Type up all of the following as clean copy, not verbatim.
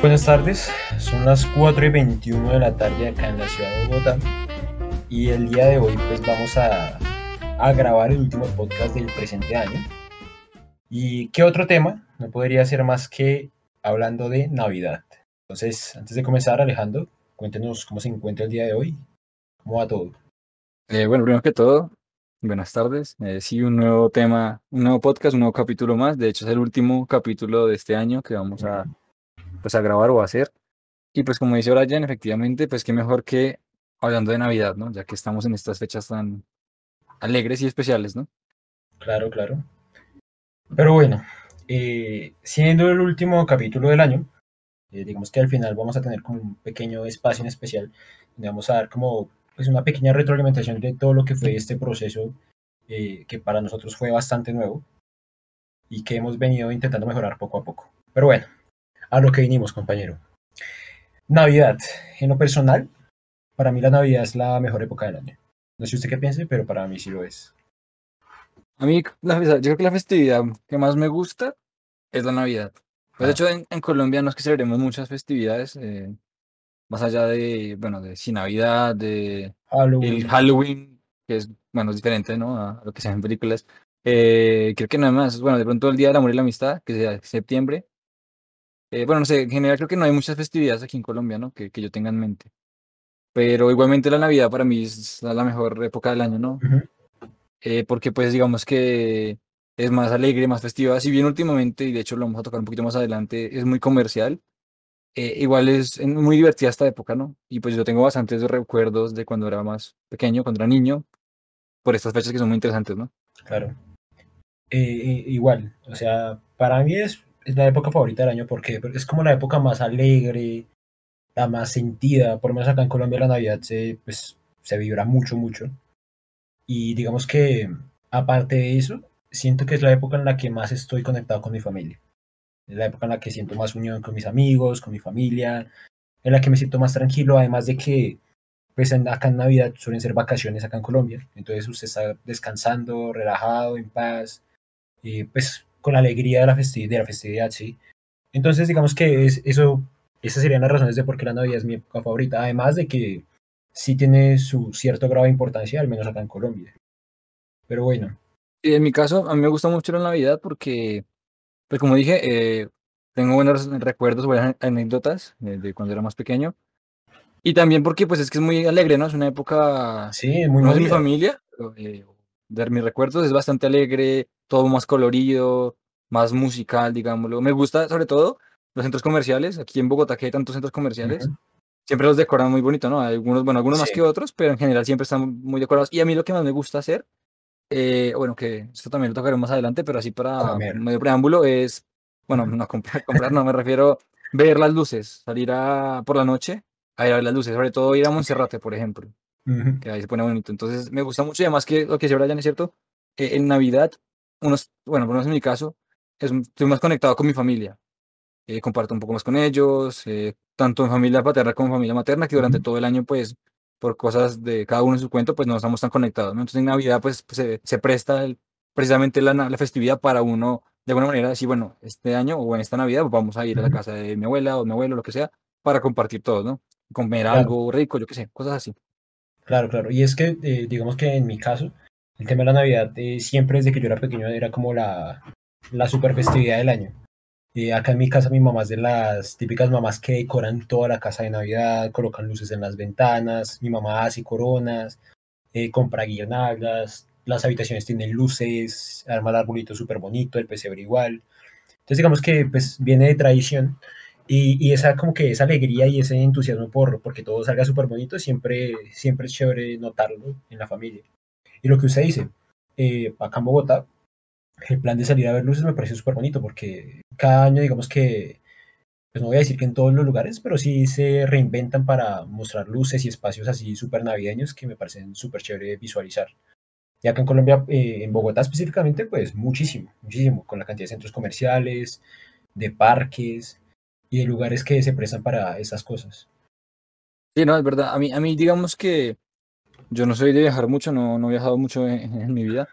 Buenas tardes, son las 4:21 de la tarde acá en la ciudad de Bogotá y el día de hoy pues vamos a grabar el último podcast del presente año. ¿Y qué otro tema? No podría ser más que hablando de Navidad. Entonces, antes de comenzar, Alejandro, cuéntenos cómo se encuentra el día de hoy, cómo va todo. Bueno, primero que todo, buenas tardes. Sí, un nuevo tema, un nuevo podcast, un nuevo capítulo más. De hecho, es el último capítulo de este año que vamos a grabar o a hacer. Y pues como dice Brian, efectivamente, pues qué mejor que hablando de Navidad, ¿no? Ya que estamos en estas fechas tan alegres y especiales, ¿no? Claro, claro. Pero bueno, siendo el último capítulo del año, digamos que al final vamos a tener como un pequeño espacio en especial, donde vamos a dar como pues, una pequeña retroalimentación de todo lo que fue este proceso que para nosotros fue bastante nuevo y que hemos venido intentando mejorar poco a poco. Pero bueno, a lo que vinimos, compañero. Navidad. En lo personal, para mí la Navidad es la mejor época del año. No sé usted qué piense, pero para mí sí lo es. A mí, yo creo que la festividad que más me gusta es la Navidad. Pues de Ah, hecho, en Colombia no es que celebremos muchas festividades, más allá de, bueno, de si Navidad, de el Halloween. Halloween, que es, bueno, es diferente, ¿no? A lo que se ve en películas. Creo que nada más, bueno, de pronto el Día del Amor y la Amistad, que sea septiembre. Bueno, no sé, en general creo que no hay muchas festividades aquí en Colombia, ¿no? Que yo tenga en mente. Pero igualmente la Navidad para mí es la mejor época del año, ¿no? Ujú. Porque pues digamos que es más alegre, más festiva. Si bien últimamente, y de hecho lo vamos a tocar un poquito más adelante, es muy comercial. Igual es muy divertida esta época, ¿no? Y pues yo tengo bastantes recuerdos de cuando era más pequeño, cuando era niño, por estas fechas que son muy interesantes, ¿no? Claro. Igual, o sea, para mí es la época favorita del año porque es como la época más alegre, la más sentida. Por lo menos acá en Colombia la Navidad se vibra mucho, mucho. Y digamos que, aparte de eso, siento que es la época en la que más estoy conectado con mi familia. Es la época en la que siento más unión con mis amigos, con mi familia, en la que me siento más tranquilo, además de que pues acá en Navidad suelen ser vacaciones acá en Colombia. Entonces usted está descansando, relajado, en paz, pues con la alegría de la festividad, sí. Entonces digamos que esas serían las razones de por qué la Navidad es mi época favorita, además de que sí tiene su cierto grado de importancia, al menos acá en Colombia. Pero bueno. Y en mi caso, a mí me gusta mucho la Navidad porque, pues como dije, tengo buenos recuerdos, buenas anécdotas de cuando era más pequeño. Y también porque, pues es que es muy alegre, ¿no? Es una época, Sí, es muy no sé, mi movida. familia, pero, de mis recuerdos es bastante alegre, todo más colorido, más musical, digámoslo. Me gusta, sobre todo, los centros comerciales. Aquí en Bogotá, que hay tantos centros comerciales, Ujú. siempre los decoran muy bonito, ¿no? Hay algunos, bueno, algunos más Sí, que otros, pero en general siempre están muy decorados. Y a mí lo que más me gusta hacer, bueno, que esto también lo tocaremos más adelante, pero así para comer. medio preámbulo, es, bueno, Ujú. no comprar, comprar, no, me refiero ver las luces, salir por la noche a ir a ver las luces, sobre todo ir a Ok. Monserrate, por ejemplo, Ujú. que ahí se pone bonito. Entonces me gusta mucho y además que lo que dice Brian es cierto, en Navidad, bueno, por lo menos en mi caso, estoy más conectado con mi familia, comparto un poco más con ellos, tanto en familia paterna como en familia materna, que durante Ujú. todo el año, pues, por cosas de cada uno en su cuento, pues no estamos tan conectados, ¿no? Entonces en Navidad, pues, se presta precisamente la festividad para uno, de alguna manera, decir, bueno, este año o en esta Navidad pues, vamos a ir a la Ujú. casa de mi abuela o mi abuelo, lo que sea, para compartir todos, ¿no? Comer Claro, algo rico, yo qué sé, cosas así. claro, claro. Y es que, digamos que en mi caso, el tema de la Navidad siempre desde que yo era pequeño era como la super festividad del año. Acá en mi casa mi mamá es de las típicas mamás que decoran toda la casa de Navidad, colocan luces en las ventanas, mi mamá hace coronas, compra guirnaldas, las habitaciones tienen luces, arma el arbolito súper bonito, el pesebre igual. Entonces digamos que pues viene de tradición y esa como que esa alegría y ese entusiasmo porque todo salga súper bonito siempre es chévere notarlo en la familia. Y lo que usted dice, acá en Bogotá, el plan de salir a ver luces me parece súper bonito porque cada año digamos que, pues no voy a decir que en todos los lugares, pero sí se reinventan para mostrar luces y espacios así súper navideños que me parecen súper chévere visualizar. Y acá en Colombia, en Bogotá específicamente, pues muchísimo, muchísimo, con la cantidad de centros comerciales, de parques y de lugares que se prestan para estas cosas. Sí, no, es verdad. A mí, digamos que yo no soy de viajar mucho, no he viajado mucho en mi vida,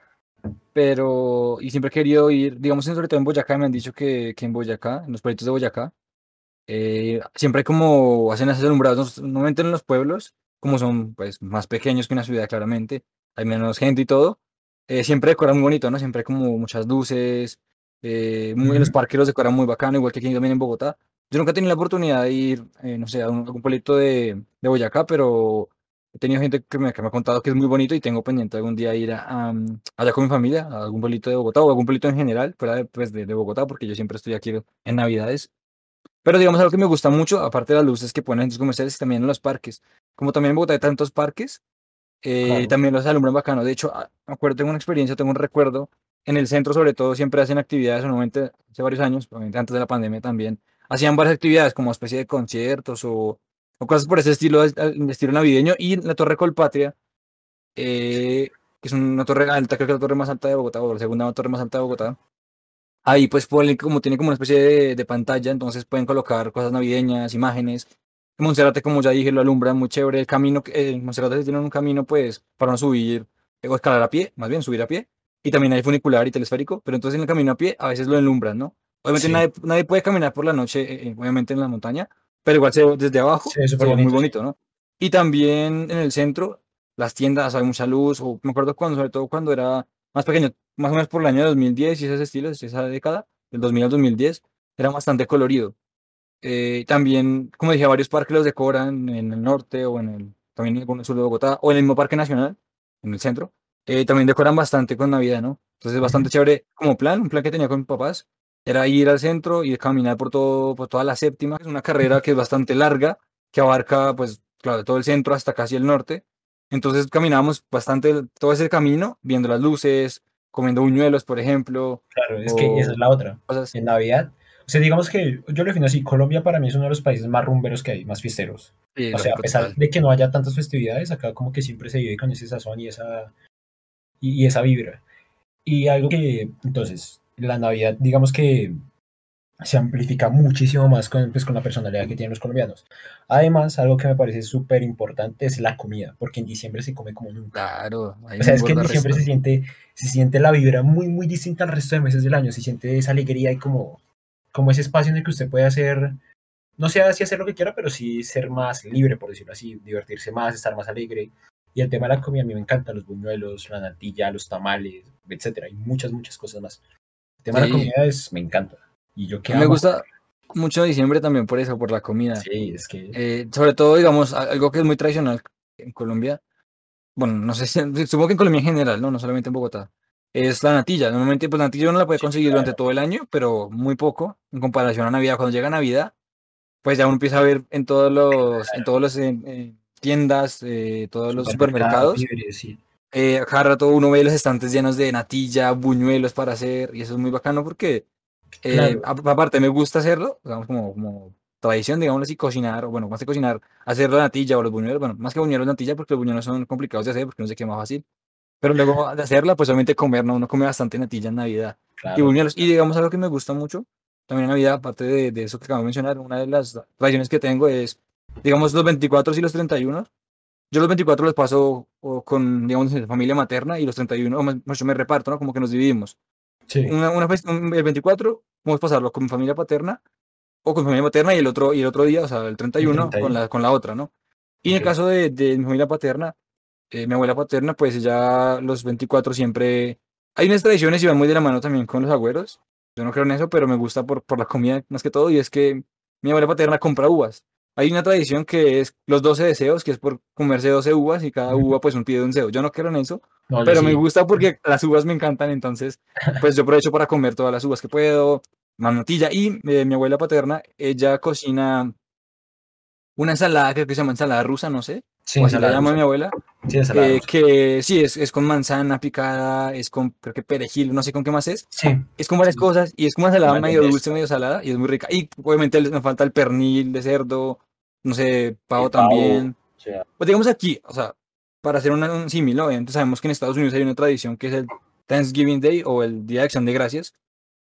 pero, y siempre he querido ir, digamos, sobre todo en Boyacá, me han dicho que en Boyacá, en los pueblitos de Boyacá, Siempre como hacen esos alumbrados, normalmente en los pueblos, como son pues más pequeños que una ciudad claramente, hay menos gente y todo, siempre decoran muy bonito, ¿no? Siempre hay como muchas luces, en los Ujú. parques los decoran muy bacano, igual que aquí también en Bogotá. Yo nunca he tenido la oportunidad de ir, no sé, a algún pueblito de Boyacá, pero he tenido gente que me ha contado que es muy bonito y tengo pendiente algún día ir allá con mi familia, a algún pueblito de Bogotá o algún pueblito en general, fuera de, pues, de Bogotá, porque yo siempre estoy aquí en Navidades. Pero digamos algo que me gusta mucho, aparte de las luces que ponen en los comerciales, también en los parques. Como también en Bogotá hay tantos parques, Claro, también los alumbran bacano. De hecho, me acuerdo, tengo una experiencia, tengo un recuerdo. En el centro, sobre todo, siempre hacen actividades, normalmente hace varios años, obviamente antes de la pandemia también, hacían varias actividades como especie de conciertos o cosas por ese estilo, estilo navideño. Y en la Torre Colpatria, que es una torre alta, creo que es la torre más alta de Bogotá, o la segunda torre más alta de Bogotá. Ahí pues como tiene como una especie de pantalla, entonces pueden colocar cosas navideñas, imágenes. Monserrate, como ya dije, lo alumbra muy chévere. El camino, Monserrate tiene un camino pues para no subir o escalar a pie, más bien subir a pie. Y también hay funicular y telesférico, pero entonces en el camino a pie a veces lo alumbran, ¿no? Obviamente sí, nadie puede caminar por la noche, obviamente en la montaña, pero igual se ve desde abajo se ve súper se ve muy bonito, sí. bonito, ¿no? Y también en el centro, las tiendas, hay mucha luz, o me acuerdo cuando, sobre todo cuando era más pequeño, más o menos por el año 2010 y esos estilos, esa década, del 2000 al 2010, era bastante colorido. También, como dije, varios parques los decoran en el norte o también en el sur de Bogotá, o en el mismo Parque Nacional, en el centro. También decoran bastante con Navidad, ¿no? Entonces, bastante Ujú. chévere como plan, un plan que tenía con mis papás, era ir al centro y caminar por toda la séptima. Es una carrera que es bastante larga, que abarca, pues, claro, de todo el centro hasta casi el norte. Entonces, caminábamos bastante todo ese camino, viendo las luces, comiendo buñuelos, por ejemplo, Claro, es que esa es o la otra. cosas. En Navidad, o sea, digamos que yo lo defino así, Colombia para mí es uno de los países más rumberos que hay, más fiesteros. Sí, O sea, a lógico, pesar total. de que no haya tantas festividades, acá como que siempre se vive con ese sazón y esa vibra. Y algo que, entonces, la Navidad, digamos que se amplifica muchísimo más pues, con la personalidad que tienen los colombianos. Además, algo que me parece súper importante es la comida, porque en diciembre se come como nunca. Claro, ahí O uno sea, es que en engorda diciembre resto. se siente la vibra muy, muy distinta al resto de meses del año. Se siente esa alegría y como ese espacio en el que usted puede hacer, no sé si hacer lo que quiera, pero sí ser más libre, por decirlo así, divertirse más, estar más alegre. Y el tema de la comida a mí me encanta, los buñuelos, la natilla, los tamales, etcétera. Hay muchas, muchas cosas más. El tema de la Sí, comida me encanta. Y yo que a mí me amo comer. gusta mucho diciembre también por eso, por la comida. Sí, es que, Sobre todo, digamos, algo que es muy tradicional en Colombia, bueno, no sé si, supongo que en Colombia en general, ¿no? No solamente en Bogotá, es la natilla. Normalmente, pues la natilla uno la puede sí, conseguir durante claro, todo el año, pero muy poco en comparación a Navidad. Cuando llega Navidad, pues ya uno empieza a ver en todos los tiendas, todos los supermercados, supermercados. libres, sí. Cada rato uno ve los estantes llenos de natilla, buñuelos para hacer, y eso es muy bacano porque Claro, aparte, me gusta hacerlo, digamos, como tradición, digamos así, cocinar, o bueno, más que cocinar, hacer la natilla o los buñuelos, bueno, más que buñuelos natilla, porque los buñuelos son complicados de hacer, porque no se quema fácil, pero luego de hacerla, pues obviamente comer, ¿no? Uno come bastante natilla en Navidad y claro, buñuelos, y digamos algo que me gusta mucho, también en Navidad, aparte de eso que acabo de mencionar, una de las tradiciones que tengo es, digamos, los 24 y los 31. Yo los 24 los paso con, digamos, mi familia materna y los 31, o más, me reparto, ¿no? Como que nos dividimos. sí, El 24 vamos a pasarlo con mi familia paterna o con mi familia materna y el otro día, o sea, el treinta y el uno con 31. la otra, ¿no? Y en el Ok, caso de mi familia paterna, mi abuela paterna, pues ya los 24 siempre... Hay unas tradiciones y van muy de la mano también con los agüeros. Yo no creo en eso, pero me gusta por la comida más que todo, y es que mi abuela paterna compra uvas. Hay una tradición que es los 12 deseos, que es por comerse 12 uvas y cada ujú. uva pues un pide un deseo. Yo no creo en eso, No, yo pero me sí. gusta porque las uvas me encantan, entonces pues yo aprovecho para comer todas las uvas que puedo, manatilla. Y mi abuela paterna, ella cocina una ensalada, creo que se llama ensalada rusa, no sé, Sí, o así la ensalada llama rusa. mi abuela, Sí, ensalada rusa. que sí, es con manzana picada, es con, creo que perejil, no sé con qué más es. Sí, Es con varias sí, cosas y es como una ensalada medio mayonesa, dulce, medio salada y es muy rica. Y obviamente me falta el pernil de cerdo, no sé, pavo pavo, también. o sea, Pues digamos aquí, o sea, para hacer un símil, ¿no? Obviamente sabemos que en Estados Unidos hay una tradición que es el Thanksgiving Day o el Día de Acción de Gracias.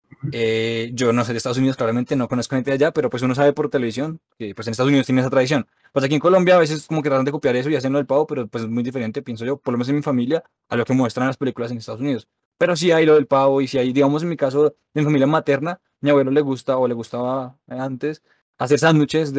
Yo no sé de Estados Unidos, claramente no conozco gente de allá, pero pues uno sabe por televisión que pues en Estados Unidos tiene esa tradición. Pues aquí en Colombia a veces como que tratan de copiar eso y hacen lo del pavo, pero pues es muy diferente, pienso yo, por lo menos en mi familia, a lo que muestran las películas en Estados Unidos. Pero sí hay lo del pavo y sí hay, digamos en mi caso, de mi familia materna, mi abuelo le gusta o le gustaba antes hacer sándwiches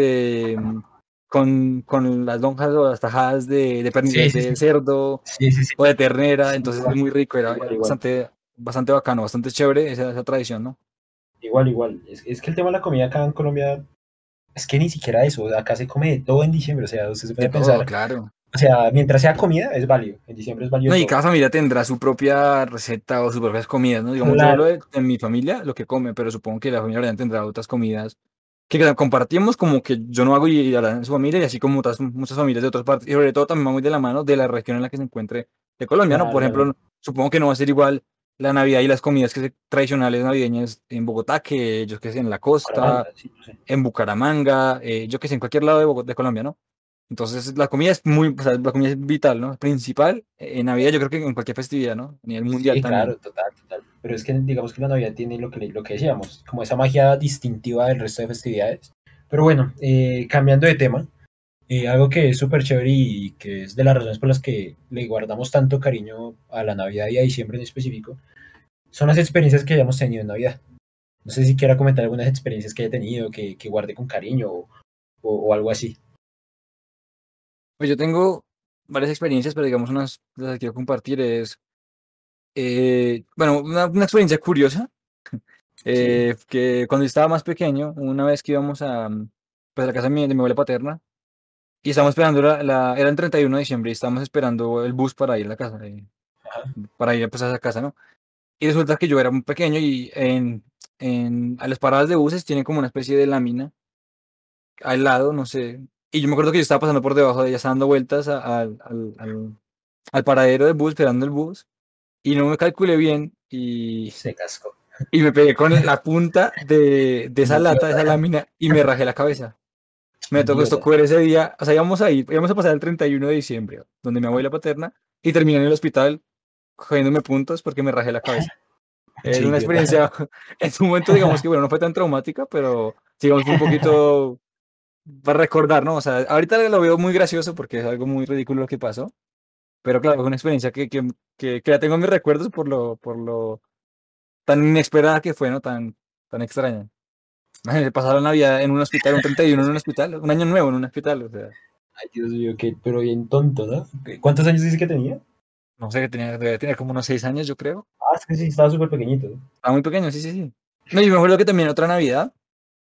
con las lonjas o las tajadas de Sí, pernil sí, de sí. cerdo Sí, sí, sí. o de ternera, Sí, entonces es igual, muy rico, igual, era igual. bastante bacano, bastante chévere esa tradición, ¿no? Igual, igual. Es que el tema de la comida acá en Colombia es que ni siquiera eso. Acá se come de todo en diciembre. O sea, usted se puede De todo, pensar. claro. O sea, mientras sea comida, es válido. En diciembre es válido No, y todo. cada familia tendrá su propia receta o sus propias comidas, ¿no? Digamos, yo hablo Claro, en mi familia, lo que come, pero supongo que la familia Brian tendrá otras comidas que compartimos, como que yo no hago y harán en su familia, y así como otras, muchas familias de otras partes, y sobre todo también va muy de la mano de la región en la que se encuentre de Colombia, ¿no? claro, Por ejemplo, claro. supongo que no va a ser igual la Navidad y las comidas tradicionales navideñas en Bogotá que yo que sé, en la costa, Bucaramanga, sí, no sé. en Bucaramanga, yo que sé, en cualquier lado de, de Colombia, ¿no? Entonces, la comida es muy, o sea, la comida es vital, ¿no? Principal en Navidad, yo creo que en cualquier festividad, ¿no? A nivel mundial Sí, también. claro, total, total. Pero es que digamos que la Navidad tiene lo que decíamos, como esa magia distintiva del resto de festividades. Pero bueno, cambiando de tema, algo que es súper chévere y que es de las razones por las que le guardamos tanto cariño a la Navidad y a diciembre en específico, son las experiencias que hayamos tenido en Navidad. No sé si quiera comentar algunas experiencias que haya tenido, que guarde con cariño o algo así. Pues yo tengo varias experiencias, pero digamos unas de las que quiero compartir es, bueno, una experiencia curiosa, Sí, que cuando yo estaba más pequeño, una vez que íbamos pues, a la casa de mi abuela paterna, y estábamos esperando, era el 31 de diciembre, y estábamos esperando el bus para ir a la casa, ajá, para ir pues, a esa casa, ¿no? Y resulta que yo era muy pequeño y a las paradas de buses tienen como una especie de lámina al lado, no sé. Y yo me acuerdo que yo estaba pasando por debajo de ella, estaba dando vueltas al paradero del bus, esperando el bus, y no me calculé bien se cascó. y me pegué con la punta de esa lata, de esa Idiota, lámina, y me rajé la cabeza. Me tocó esto idiota. cubrir ese día, o sea, íbamos a pasar el 31 de diciembre, donde mi abuela paterna, y terminé en el hospital cogiéndome puntos porque me rajé la cabeza. Es Sí, una idiota. experiencia, en su momento, digamos que, bueno, no fue tan traumática, pero digamos fue un poquito para recordar, ¿no? O sea, ahorita lo veo muy gracioso porque es algo muy ridículo lo que pasó, pero claro, es una experiencia que la tengo en mis recuerdos por lo tan inesperada que fue, ¿no? Tan extraña. Imagínate, pasar la Navidad en un hospital, un 31 en un hospital, un año nuevo en un hospital, o sea, Ay, Dios mío, pero bien tonto, ¿no? ¿Cuántos años dice que tenía? no sé, debía tener como unos 6 años, yo creo. Ah, es que sí, estaba súper pequeñito. Estaba muy pequeño, sí, sí, sí. No, y me acuerdo que también otra Navidad,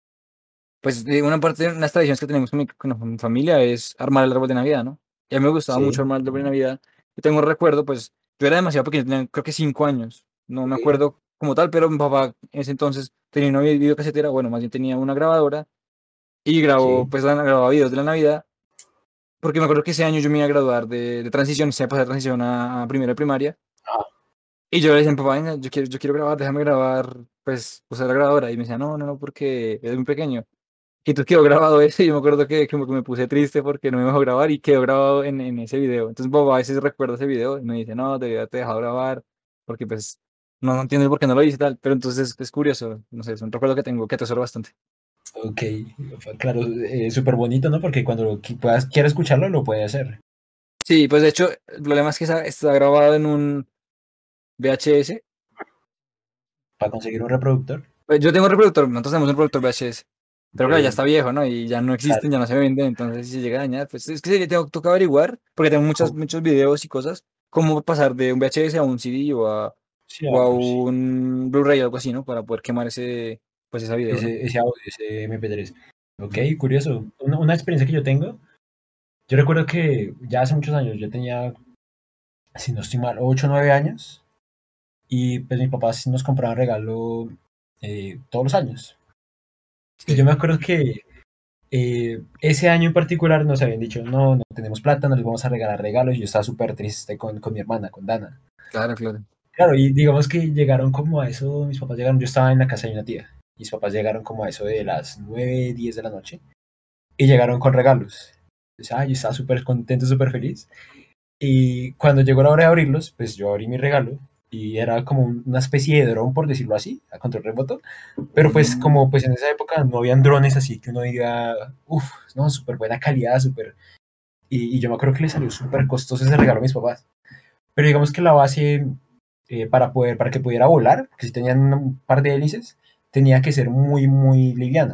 pues de una parte de las tradiciones que tenemos con mi familia es armar el árbol de Navidad, ¿no? Y a mí me gustaba mucho Sí, armar el árbol de Navidad. Y tengo un recuerdo, pues yo era demasiado pequeño, tenía creo que 5 años. No me ok, acuerdo como tal, pero mi papá en ese entonces tenía una videocasetera, bueno, más bien tenía una grabadora y grabó, sí. pues grababa videos de la Navidad. Porque me acuerdo que ese año yo me iba a graduar de transición, se iba a pasar de transición a primero de primaria. Ah, Y yo le decía a mi papá, venga, yo quiero grabar, déjame grabar, pues usar la grabadora. Y me decía, no, no, no, porque es muy pequeño. Y entonces quedó grabado eso y yo me acuerdo que como que me puse triste porque no me dejó grabar y quedó grabado en ese video. Entonces papá a veces recuerda ese video y me dice, no, debía haberte dejado grabar porque pues no entiendo por qué no lo hice y tal. Pero entonces es curioso, no sé, es un recuerdo que tengo que atesoro bastante. ok, claro, súper bonito, ¿no? Porque cuando quiera escucharlo, lo puede hacer. Sí, pues de hecho el problema es que está grabado en un VHS. Para conseguir un reproductor. Pues yo tengo un reproductor, nosotros tenemos un reproductor VHS. Pero claro, ya Breve, está viejo, ¿no? Y ya no claro, existen, ya no se venden, entonces si se llega a dañar, pues es que toca averiguar, porque tengo co- muchos videos y cosas, cómo pasar de un VHS a un CD sí, o a sí, un Blu-ray o algo así, ¿no? Para poder quemar ese video, ¿no? ese audio, ese MP3. Ok, curioso. Una experiencia que yo tengo, yo recuerdo que ya hace muchos años, yo tenía, si no estoy mal, 8 o 9 años, y pues mis papás nos compraban regalo todos los años. Y yo Sí. me acuerdo que ese año en particular nos habían dicho, no, no tenemos plata, no les vamos a regalar regalos, y yo estaba súper triste con mi hermana, con Dana. Claro, claro. Claro, y digamos que llegaron como a eso, mis papás llegaron, yo estaba en la casa de una tía, mis papás llegaron como a eso de las 9 10 de la noche, y llegaron con regalos. Entonces, yo estaba súper contento, súper feliz. Y cuando llegó la hora de abrirlos, pues yo abrí mi regalo y era como una especie de dron, por decirlo así, a control remoto. Pero pues Mm, como pues en esa época no habían drones así que uno diga, uff, no, súper buena calidad, súper... Y yo me acuerdo que le salió súper costoso ese regalo a mis papás. Pero digamos que la base para que pudiera volar, que si tenían un par de hélices, tenía que ser muy, muy liviana.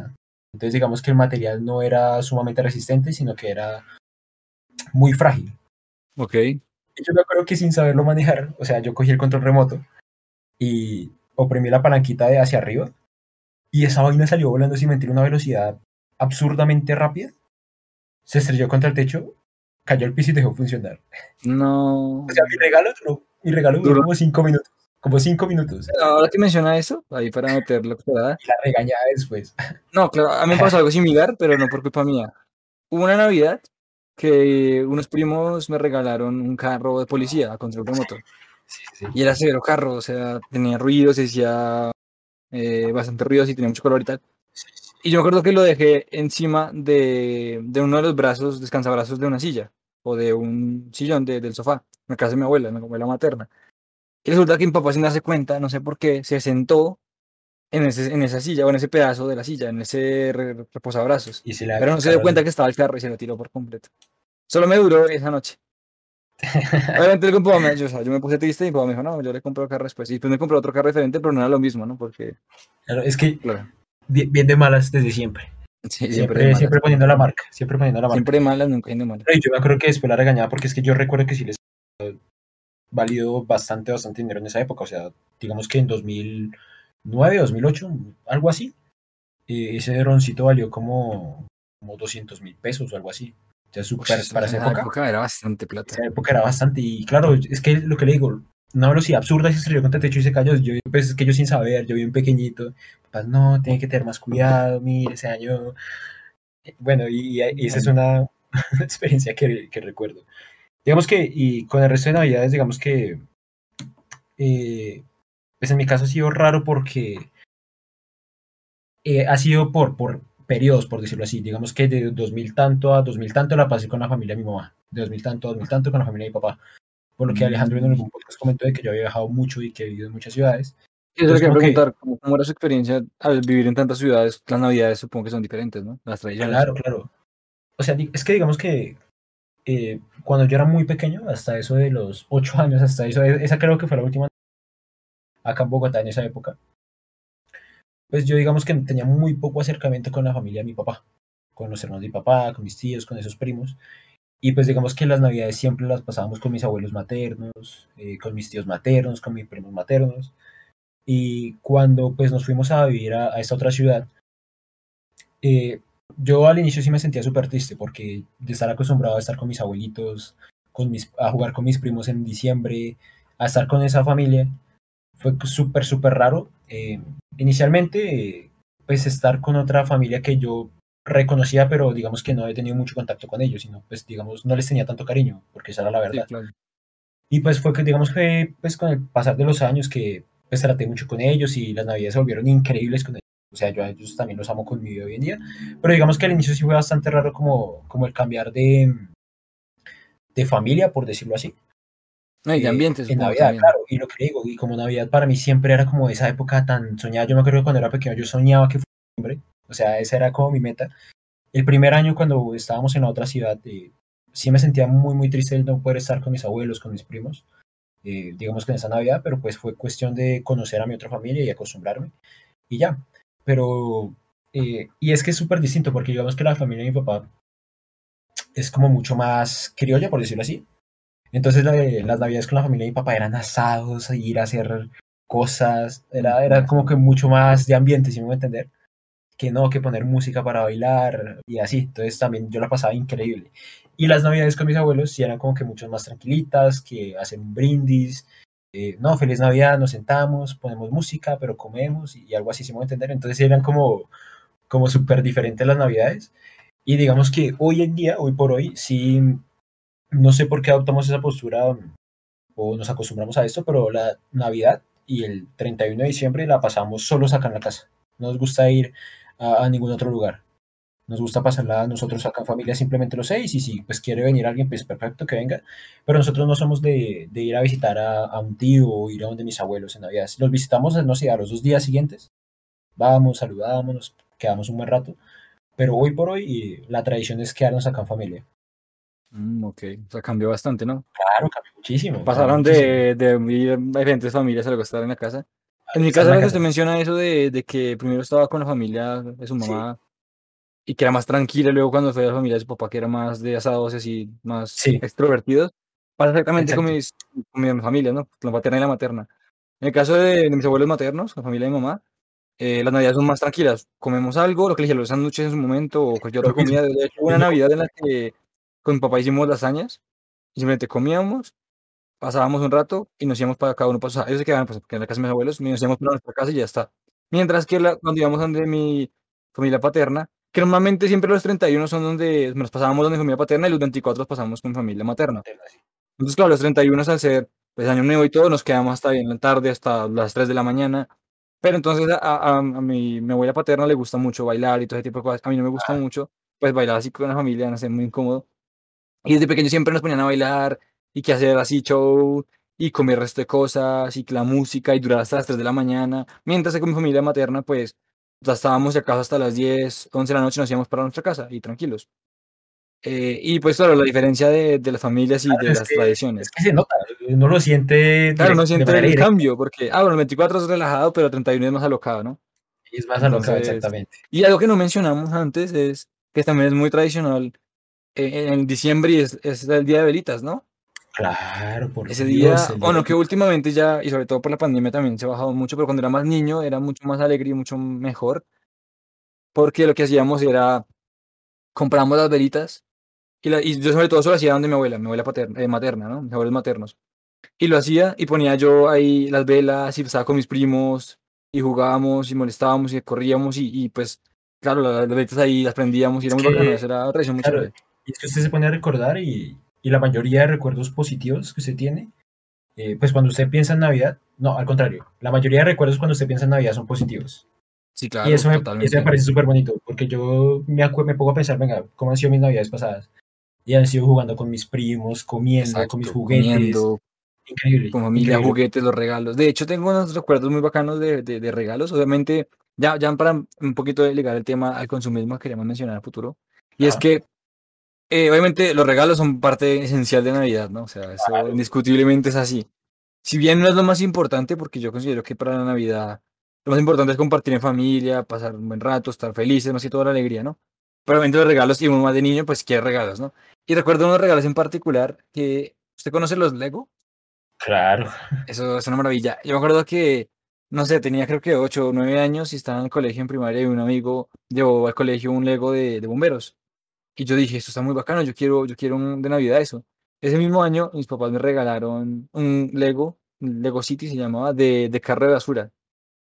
Entonces digamos que el material no era sumamente resistente, sino que era muy frágil. Ok. Y yo me acuerdo que sin saberlo manejar, o sea, yo cogí el control remoto y oprimí la palanquita de hacia arriba y esa vaina salió volando sin mentir a una velocidad absurdamente rápida. Se estrelló contra el techo, cayó al piso y dejó de funcionar. O sea, No. mi regalo duró Duro. como 5 minutos. Como 5 minutos. Ahora que menciona eso, ahí para meter la cucharada. Y la regañada después. No, claro, a mí me pasó algo similar, pero no por culpa mía. Hubo una Navidad que unos primos me regalaron un carro de policía a control remoto. Sí, sí, Y era severo carro, o sea, tenía ruido, se hacía bastante ruido, y tenía mucho color y tal. sí. Y yo me acuerdo que lo dejé encima de uno de los brazos, descansabrazos de una silla o de un sillón del sofá, en la casa de mi abuela materna. Y resulta que mi papá, sin darse cuenta, no sé por qué, se sentó en esa silla o en ese pedazo de la silla, en ese reposabrazos. Y si la Pero no se dio cuenta carro. que estaba el carro y se lo tiró por completo. Solo me duró esa noche. Obviamente el papá o sea, yo me puse triste y mi papá me dijo, no, yo le compro el carro después. Y después me compró otro carro diferente, pero no era lo mismo, ¿no? Porque, Claro, es que claro, bien de malas desde siempre. sí, siempre de Siempre, malas. siempre poniendo la marca. Siempre poniendo la marca. Siempre de malas, nunca hay de malas. Y yo me acuerdo que después la regañaba porque es que yo recuerdo que sí les valido bastante, bastante dinero en esa época. O sea, digamos que en 2009, 2008, algo así. Ese droncito valió como 200.000 pesos o algo así. O sea, Uy, súper, eso para en esa esa época, época era bastante plata. esa época era bastante. Y claro, es que lo que le digo, una velocidad absurda, se estrelló contra el techo y se cayó. Yo, pues es que yo sin saber, yo bien pequeñito, pues no, tiene que tener más cuidado, mire, ese año. Bueno, y esa es una experiencia que recuerdo. Digamos que, y con el resto de Navidades, digamos que, pues en mi caso ha sido raro porque ha sido por periodos, por decirlo así. Digamos que de 2000 tanto a 2000 tanto la pasé con la familia de mi mamá. De 2000 tanto a 2000 tanto con la familia de mi papá. Por lo que Alejandro en Mm. algún podcast comentó de que yo había viajado mucho y que he vivido en muchas ciudades. Y eso le Entonces, quería como que, preguntar, ¿cómo era su experiencia al vivir en tantas ciudades? Las navidades supongo que son diferentes, ¿no? Las tradiciones. claro, claro. O sea, es que digamos que cuando yo era muy pequeño, hasta eso de los 8 años, hasta eso, esa creo que fue la última acá en Bogotá en esa época, pues yo digamos que tenía muy poco acercamiento con la familia de mi papá, con los hermanos de mi papá, con mis tíos, con esos primos. Y pues digamos que las navidades siempre las pasábamos con mis abuelos maternos, con mis tíos maternos, con mis primos maternos. Y cuando pues nos fuimos a vivir a esta otra ciudad, eh, yo al inicio sí me sentía súper triste porque de estar acostumbrado a estar con mis abuelitos, a jugar con mis primos en diciembre, a estar con esa familia, fue súper, súper raro. Inicialmente, pues estar con otra familia que yo reconocía, pero digamos que no he tenido mucho contacto con ellos, sino pues digamos no les tenía tanto cariño, porque esa era la Sí, verdad. claro. Y pues fue que digamos que pues con el pasar de los años que pues traté mucho con ellos y las navidades se volvieron increíbles con ellos. O sea, yo a ellos también los amo con mi vida hoy en día. Pero digamos que al inicio sí fue bastante raro como el cambiar de familia, por decirlo así, No, y de ambiente en supongo Navidad, también. claro, y lo que digo, y como Navidad para mí siempre era como esa época tan soñada. Yo me acuerdo que cuando era pequeño yo soñaba que fuera diciembre, o sea, esa era como mi meta. El primer año cuando estábamos en la otra ciudad, sí me sentía muy, muy triste de no poder estar con mis abuelos, con mis primos, digamos que en esa Navidad, pero pues fue cuestión de conocer a mi otra familia y acostumbrarme, y ya. Pero, y es que es súper distinto, porque digamos que la familia de mi papá es como mucho más criolla, por decirlo así. Entonces las navidades con la familia de mi papá eran asados, ir a hacer cosas, era como que mucho más de ambiente, si me voy a entender, que no, que poner música para bailar y así. Entonces también yo la pasaba increíble. Y las navidades con mis abuelos sí eran como que mucho más tranquilitas, que hacer un brindis, no, feliz Navidad, nos sentamos, ponemos música, pero comemos y algo así, si me voy a entender. Entonces eran como súper diferentes las navidades. Y digamos que hoy en día, hoy por hoy, sí, no sé por qué adoptamos esa postura o nos acostumbramos a esto, pero la Navidad y el 31 de diciembre la pasamos solos acá en la casa. No nos gusta ir a ningún otro lugar. Nos gusta pasarla nosotros acá en familia simplemente los seis y si pues quiere venir alguien, pues perfecto que venga. Pero nosotros no somos de ir a visitar a un tío o ir a donde mis abuelos en Navidad. Si los visitamos, no sé, a los 2 días siguientes, vamos, saludamos, nos quedamos un buen rato. Pero hoy por hoy la tradición es quedarnos acá en familia. Ok, o sea, cambió bastante, ¿no? Claro, cambió muchísimo, cambió Pasaron muchísimo. de vivir en diferentes familias a luego estar en la casa. En mi Estar en casa, la ahora que casa. usted menciona eso de que primero estaba con la familia de su Sí, mamá, y que era más tranquila. Luego cuando fue a la familia de su papá, que era más de asados y así, más Sí, extrovertidos, pasa exactamente exacto. con mi familia, ¿no? La paterna y la materna. En el caso de mis abuelos maternos, la familia de mi mamá, las navidades son más tranquilas. Comemos algo, lo que le dije, los sándwiches en su momento o cualquier Lo otra mismo, comida. De hecho, hubo es una lo Navidad en la que con mi papá hicimos lasañas y simplemente comíamos, pasábamos un rato y nos íbamos para cada uno para su ellos se quedaban, pues, porque en la casa de mis abuelos, y nos íbamos para nuestra casa y ya está. Mientras que cuando íbamos donde mi familia paterna, que normalmente siempre los 31 son donde nos pasábamos donde mi familia paterna y los 24 los pasamos con familia materna. mismo. Entonces, claro, los 31 al ser, pues, año nuevo y todo, nos quedamos hasta bien la tarde, hasta las 3 de la mañana. Pero entonces a mi abuela paterna le gusta mucho bailar y todo ese tipo de cosas. A mí no me gusta Ah, mucho, pues, bailar así con la familia, no sé, muy incómodo. Y desde pequeño siempre nos ponían a bailar y que hacer así show y comer resto de cosas y que la música y durar hasta las 3 de la mañana. Mientras que con mi familia materna, pues, ya estábamos de casa hasta las 10 11 de la noche, nos íbamos para nuestra casa y tranquilos. Y pues claro, la diferencia de las familias y claro, de las es tradiciones. que se nota, uno lo siente Claro, uno de siente manera el directa cambio, porque, bueno, el 24 es relajado, pero el 31 es más alocado, ¿no? y es más alocado, Entonces, exactamente. y algo que no mencionamos antes es que también es muy tradicional en diciembre y es el día de velitas, ¿no? Claro, por Ese Dios, día, el día bueno, de que últimamente ya, y sobre todo por la pandemia también se ha bajado mucho, pero cuando era más niño era mucho más alegre y mucho mejor, porque lo que hacíamos era, compramos las velitas, y yo sobre todo eso lo hacía donde mi abuela paterna, materna, ¿no? Mis abuelos maternos. Y lo hacía y ponía yo ahí las velas y estaba con mis primos y jugábamos y molestábamos y corríamos pues, claro, las velitas ahí las prendíamos y es era muy bacano, que, esa era una tradición muy claro, chévere. y es que usted se pone a recordar y la mayoría de recuerdos positivos que usted tiene, pues cuando usted piensa en Navidad, no, al contrario, la mayoría de recuerdos cuando usted piensa en Navidad son positivos. Sí, Y claro, eso me totalmente. parece súper bonito, porque yo me pongo a pensar, venga, ¿cómo han sido mis Navidades pasadas? Y han sido jugando con mis primos, comiendo, con mis Exacto, juguetes. comiendo, Increíble, con familia, increíble. juguetes, los regalos. De hecho, tengo unos recuerdos muy bacanos de regalos. Obviamente, ya para un poquito de ligar el tema al consumismo que queremos mencionar a futuro. Y es Ajá, que, obviamente, los regalos son parte esencial de Navidad, ¿no? O sea, eso claro, indiscutiblemente es así. Si bien no es lo más importante, porque yo considero que para la Navidad lo más importante es compartir en familia, pasar un buen rato, estar felices, más que toda la alegría, ¿no? Pero obviamente los regalos, y uno más de niño, pues quiere regalos, ¿no? Y recuerdo unos regalos en particular que, ¿usted conoce los Lego? claro. Eso es una maravilla. Yo me acuerdo que, no sé, tenía creo que 8 o 9 años y estaba en el colegio en primaria y un amigo llevó al colegio un Lego de bomberos. Y yo dije, esto está muy bacano, yo quiero un de Navidad eso. Ese mismo año mis papás me regalaron un Lego City se llamaba, de carro de basura.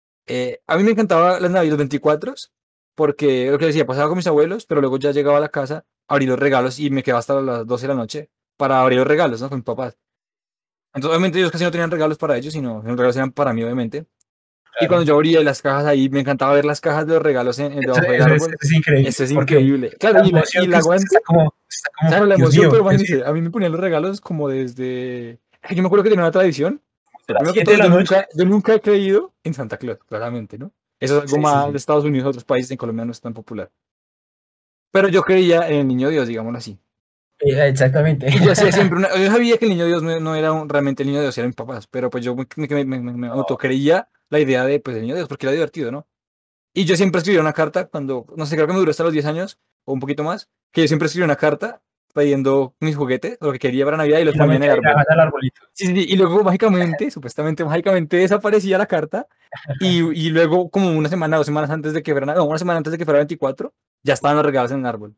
A mí me encantaba las Navidades, los 24, porque lo que decía, pasaba con mis abuelos, pero luego ya llegaba a la casa, abrí los regalos y me quedaba hasta las 12 de la noche para abrir los regalos, ¿no? Con mis papás. Entonces, obviamente ellos casi no tenían regalos para ellos, sino los regalos eran para mí, obviamente. Y cuando Claro. yo abría las cajas ahí, me encantaba ver las cajas de los regalos debajo del Eso árbol. es increíble, Eso es porque increíble. Claro, la y emoción el que usted aguante, está como, claro, la emoción, pero Dios mío, imagínense, a mí me ponían los regalos como desde... Yo me acuerdo que tenía una tradición. de Lo las primero que 7 de todo, la noche. yo nunca he creído en Santa Claus, claramente, ¿no? Eso es algo Sí, sí, más de sí. Estados Unidos, otros países, en Colombia no es tan popular. Pero yo creía en el niño Dios, digámoslo así. Exactamente. Y yo hacía siempre una... Yo sabía que el niño Dios no era realmente el niño Dios, eran mis papás, pero pues yo me No, autocreía la idea de, pues, el niño Dios, porque era divertido, ¿no? Y yo siempre escribía una carta cuando, no sé, creo que me duró hasta los 10 años o un poquito más, que yo siempre escribía una carta pidiendo mis juguetes, lo que quería para Navidad y los y la ponía en el metía ahí la árbol. al arbolito. Sí, sí, sí, y luego mágicamente, supuestamente mágicamente desaparecía la carta y luego como una semana, 2 semanas antes de que fuera, no, una semana antes de que fuera 24, ya estaban los regalos en el árbol.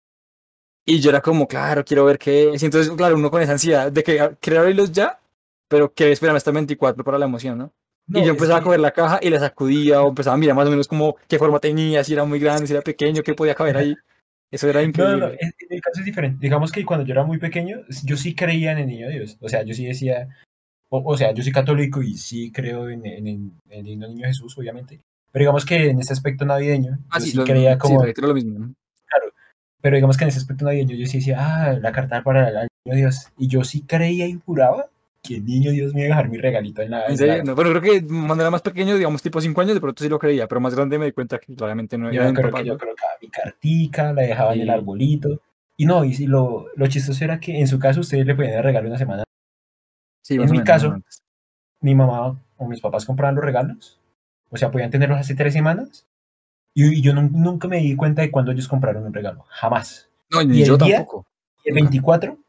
Y yo era como, claro, quiero ver qué es. Y entonces, claro, uno con esa ansiedad de que quiero abrirlos ya, pero que esperarme hasta el 24 para la emoción, ¿no? Y No, yo es empezaba a que coger la caja y la sacudía o empezaba a mirar más o menos como qué forma tenía, si era muy grande, si era pequeño, qué podía caber ahí. Eso era no, no, no, increíble. en el caso es diferente. Digamos que cuando yo era muy pequeño, yo sí creía en el niño Dios. O sea, yo sí decía, o sea, yo soy católico y sí creo en el niño Jesús, obviamente. Pero digamos que en este aspecto navideño, Ah, yo sí, sí creía sí, como, reitero lo mismo, ¿no? claro, pero digamos que en ese aspecto navideño yo sí decía, la carta para el niño Dios. Y yo sí creía y juraba que el niño Dios me iba a dejar mi regalito En en el serio, árbol. no, bueno, creo que cuando era más pequeño, digamos tipo 5 años, de pronto sí lo creía, pero más grande me di cuenta que claramente no Yo era me de mi acuerdo papá, que yo ¿no? colocaba mi cartica, la dejaba en el Y arbolito. Y no, y si lo chistoso era que en su caso ustedes le podían regalar una semana. sí, En más o mi menos, más o caso, menos. mi mamá o mis papás compraban los regalos. O sea, podían tenerlos hace 3 semanas. Y yo nunca me di cuenta de cuando ellos compraron un regalo, jamás. No, Y ni yo el día, tampoco. el Nunca. 24,